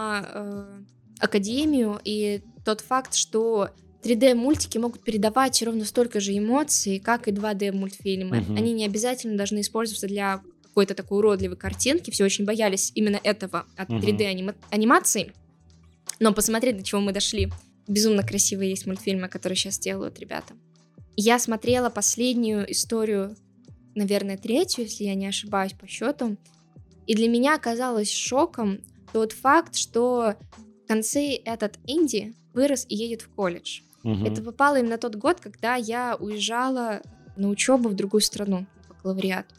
на Академию, и тот факт, что 3D-мультики могут передавать ровно столько же эмоций, как и 2D-мультфильмы. Они не обязательно должны использоваться для какой-то такой уродливой картинки. Все очень боялись именно этого от 3D-анимации. Но посмотри, до чего мы дошли. Безумно красивые есть мультфильмы, которые сейчас делают ребята. Я смотрела последнюю историю, наверное, третью, если я не ошибаюсь по счету. И для меня оказалось шоком тот факт, что в конце этот Энди вырос и едет в колледж. Это попало именно тот год, когда я уезжала на учебу в другую страну, по бакалавриату.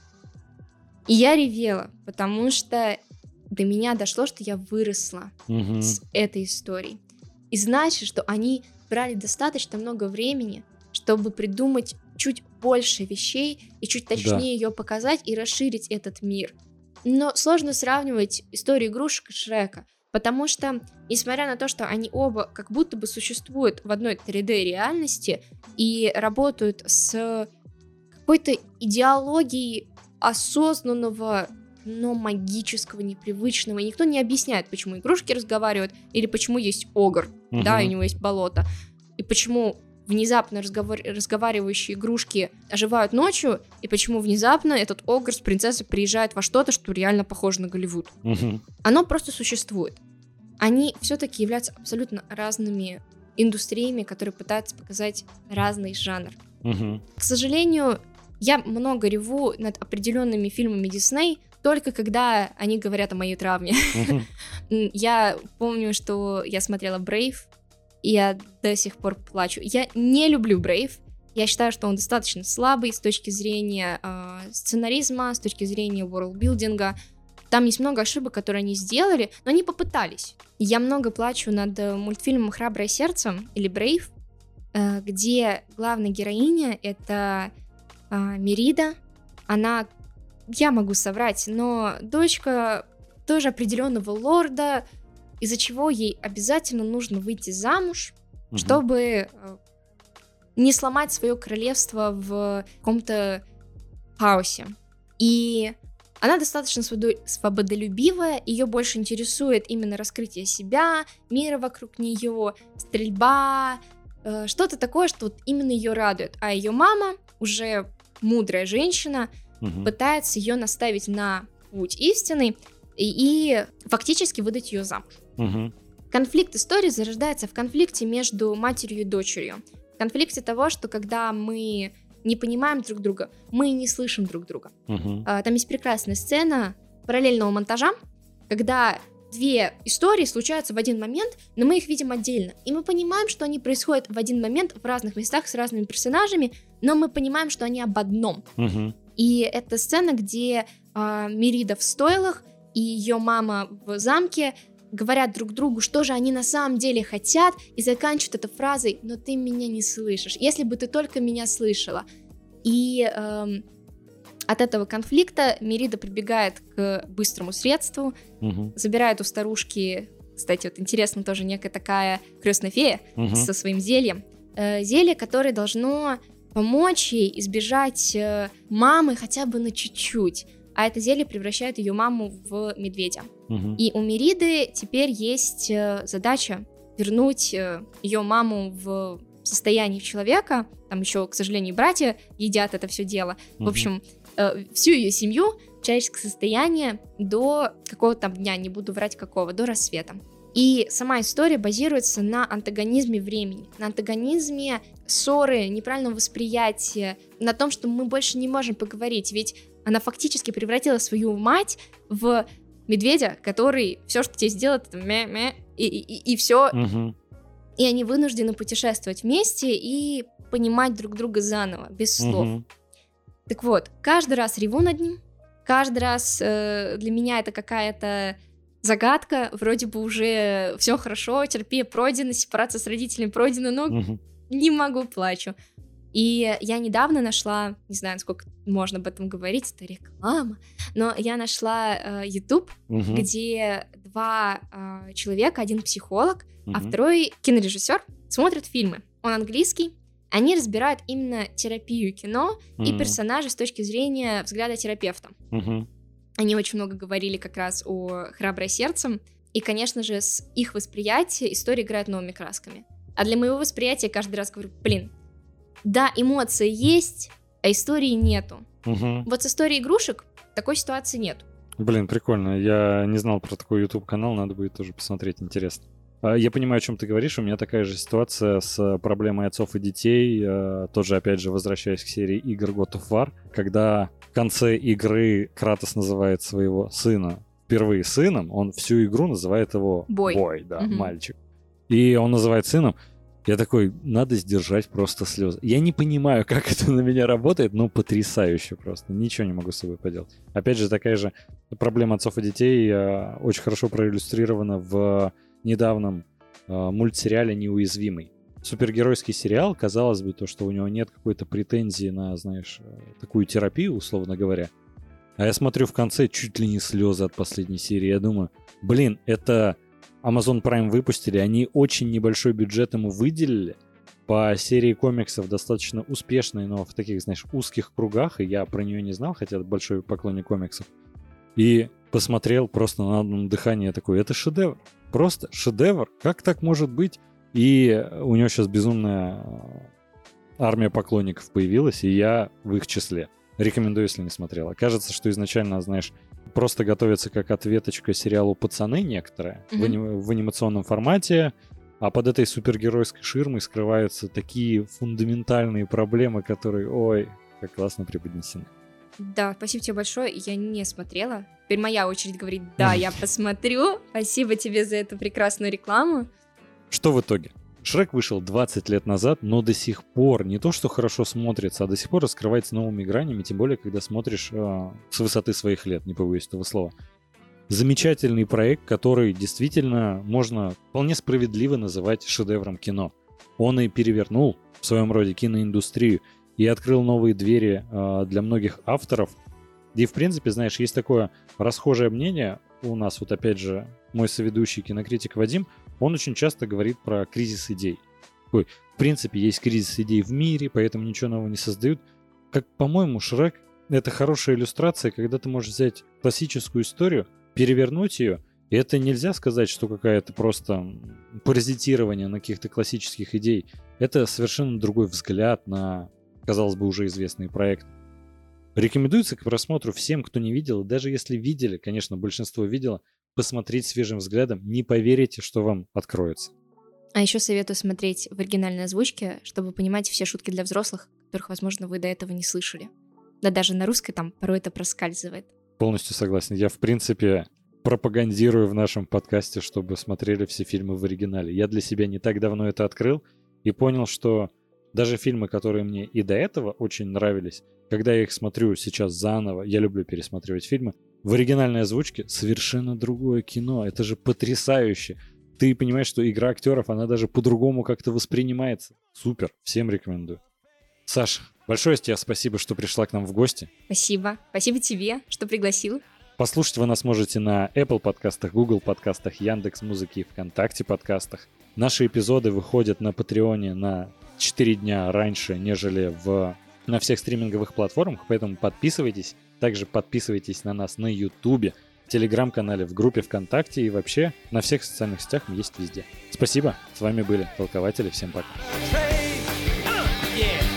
И я ревела, потому что до меня дошло, что я выросла с этой историей. И значит, что они брали достаточно много времени, чтобы придумать чуть больше вещей и чуть точнее ее показать и расширить этот мир. Но сложно сравнивать историю игрушек и Шрека, потому что, несмотря на то, что они оба как будто бы существуют в одной 3D-реальности и работают с какой-то идеологией осознанного, но магического, непривычного, и никто не объясняет, почему игрушки разговаривают, или почему есть огр, да, и у него есть болото, и почему внезапно разговаривающие игрушки оживают ночью, и почему внезапно этот огр с принцессой приезжает во что-то, что реально похоже на Голливуд. Оно просто существует. Они все-таки являются абсолютно разными индустриями, которые пытаются показать разный жанр. К сожалению, я много реву над определенными фильмами Дисней, только когда они говорят о моей травме. Я помню, что я смотрела «Брейв», и я до сих пор плачу. Я не люблю «Брейв». Я считаю, что он достаточно слабый с точки зрения сценаризма, с точки зрения ворлдбилдинга. Там есть много ошибок, которые они сделали, но они попытались. Я много плачу над мультфильмом «Храброе сердце» или «Брейв», где главная героиня — это Мерида. Она, я могу соврать, но дочка тоже определенного лорда, из-за чего ей обязательно нужно выйти замуж, чтобы не сломать свое королевство в каком-то хаосе. И она достаточно свободолюбивая, ее больше интересует именно раскрытие себя, мира вокруг нее, стрельба, что-то такое, что вот именно ее радует. А ее мама, уже мудрая женщина, пытается ее наставить на путь истинный и фактически выдать ее замуж. Конфликт истории зарождается в конфликте между матерью и дочерью. В конфликте того, что когда мы не понимаем друг друга, мы не слышим друг друга. Там есть прекрасная сцена параллельного монтажа, когда две истории случаются в один момент, но мы их видим отдельно. И мы понимаем, что они происходят в один момент в разных местах с разными персонажами, но мы понимаем, что они об одном. И это сцена, где Мерида в стойлах и ее мама в замке говорят друг другу, что же они на самом деле хотят, и заканчивают это фразой «но ты меня не слышишь, если бы ты только меня слышала». И от этого конфликта Мерида прибегает к быстрому средству, забирает у старушки, кстати, вот интересно, тоже некая такая крестная фея со своим зельем, зелье, которое должно помочь ей избежать мамы хотя бы на чуть-чуть. А это зелье превращает ее маму в медведя. И у Мериды теперь есть задача вернуть ее маму в состояние человека. Там еще, к сожалению, братья едят это все дело. В общем, всю ее семью в человеческое состояние до какого-то там дня, не буду врать какого, до рассвета. И сама история базируется на антагонизме времени, на антагонизме ссоры, неправильного восприятия, на том, что мы больше не можем поговорить, ведь она фактически превратила свою мать в медведя, который все, что тебе сделает, это мя-мя, и все. Угу. И они вынуждены путешествовать вместе и понимать друг друга заново, без слов. Угу. Так вот, каждый раз реву над ним, каждый раз для меня это какая-то загадка, вроде бы уже все хорошо, терапия пройдена, сепарация с родителями пройдена, но не могу, плачу. И я недавно нашла, не знаю, сколько можно об этом говорить, это реклама, но я нашла YouTube, где два человека, один психолог, а второй кинорежиссер, смотрят фильмы. Он английский, они разбирают именно терапию кино и персонажей с точки зрения взгляда терапевта. Они очень много говорили как раз о «Храброе сердце», и, конечно же, с их восприятия история играет новыми красками. А для моего восприятия я каждый раз говорю, да, эмоции есть, а истории нету. Вот с историей игрушек такой ситуации нет. Прикольно. Я не знал про такой YouTube-канал, надо будет тоже посмотреть, интересно. Я понимаю, о чем ты говоришь. У меня такая же ситуация с проблемой отцов и детей. Тоже, опять же, возвращаясь к серии игр God of War, когда в конце игры Кратос называет своего сына впервые сыном, он всю игру называет его Бой, да, мальчик. И он называет сыном. Я такой, надо сдержать просто слезы. Я не понимаю, как это на меня работает, но потрясающе просто. Ничего не могу с собой поделать. Опять же, такая же проблема отцов и детей очень хорошо проиллюстрирована в недавнем мультсериале «Неуязвимый». Супергеройский сериал, казалось бы, то, что у него нет какой-то претензии на, знаешь, такую терапию, условно говоря. А я смотрю в конце чуть ли не слезы от последней серии. Я думаю, это Amazon Prime выпустили, они очень небольшой бюджет ему выделили. По серии комиксов достаточно успешной, но в таких, знаешь, узких кругах, и я про нее не знал, хотя большой поклонник комиксов. И посмотрел просто на одном дыхании, я такой, это шедевр. Просто шедевр. Как так может быть? И у него сейчас безумная армия поклонников появилась, и я в их числе. Рекомендую, если не смотрела. Кажется, что изначально, знаешь, просто готовится как ответочка сериалу «Пацаны» некоторые в анимационном формате, а под этой супергеройской ширмой скрываются такие фундаментальные проблемы, которые, ой, как классно преподнесены. Да, спасибо тебе большое, я не смотрела. Теперь моя очередь говорить, да, я посмотрю. Спасибо тебе за эту прекрасную рекламу. Что в итоге? Шрек вышел 20 лет назад, но до сих пор не то, что хорошо смотрится, а до сих пор раскрывается новыми гранями, тем более, когда смотришь с высоты своих лет, не побоюсь этого слова. Замечательный проект, который действительно можно вполне справедливо называть шедевром кино. Он и перевернул в своем роде киноиндустрию и открыл новые двери для многих авторов. И, в принципе, знаешь, есть такое расхожее мнение у нас, вот опять же, мой соведущий кинокритик Вадим, он очень часто говорит про кризис идей. Такой, в принципе, есть кризис идей в мире, поэтому ничего нового не создают. Как, по-моему, Шрек — это хорошая иллюстрация, когда ты можешь взять классическую историю, перевернуть ее, и это нельзя сказать, что какая-то просто паразитирование на каких-то классических идей. Это совершенно другой взгляд на, казалось бы, уже известный проект. Рекомендуется к просмотру всем, кто не видел, и даже если видели, конечно, большинство видело, посмотреть свежим взглядом, не поверите, что вам откроется. А еще советую смотреть в оригинальной озвучке, чтобы понимать все шутки для взрослых, которых, возможно, вы до этого не слышали. Да даже на русской там порой это проскальзывает. Полностью согласен. Я, в принципе, пропагандирую в нашем подкасте, чтобы смотрели все фильмы в оригинале. Я для себя не так давно это открыл и понял, что даже фильмы, которые мне и до этого очень нравились, когда я их смотрю сейчас заново, я люблю пересматривать фильмы, в оригинальной озвучке совершенно другое кино. Это же потрясающе. Ты понимаешь, что игра актеров, она даже по-другому как-то воспринимается. Супер. Всем рекомендую. Саша, большое тебе спасибо, что пришла к нам в гости. Спасибо. Спасибо тебе, что пригласил. Послушать вы нас можете на Apple подкастах, Google подкастах, Яндекс.Музыке и ВКонтакте подкастах. Наши эпизоды выходят на Патреоне на 4 дня раньше, нежели на всех стриминговых платформах, поэтому подписывайтесь. Также подписывайтесь на нас на Ютубе, в Телеграм-канале, в группе ВКонтакте и вообще на всех социальных сетях мы есть везде. Спасибо, с вами были Толкователи, всем пока.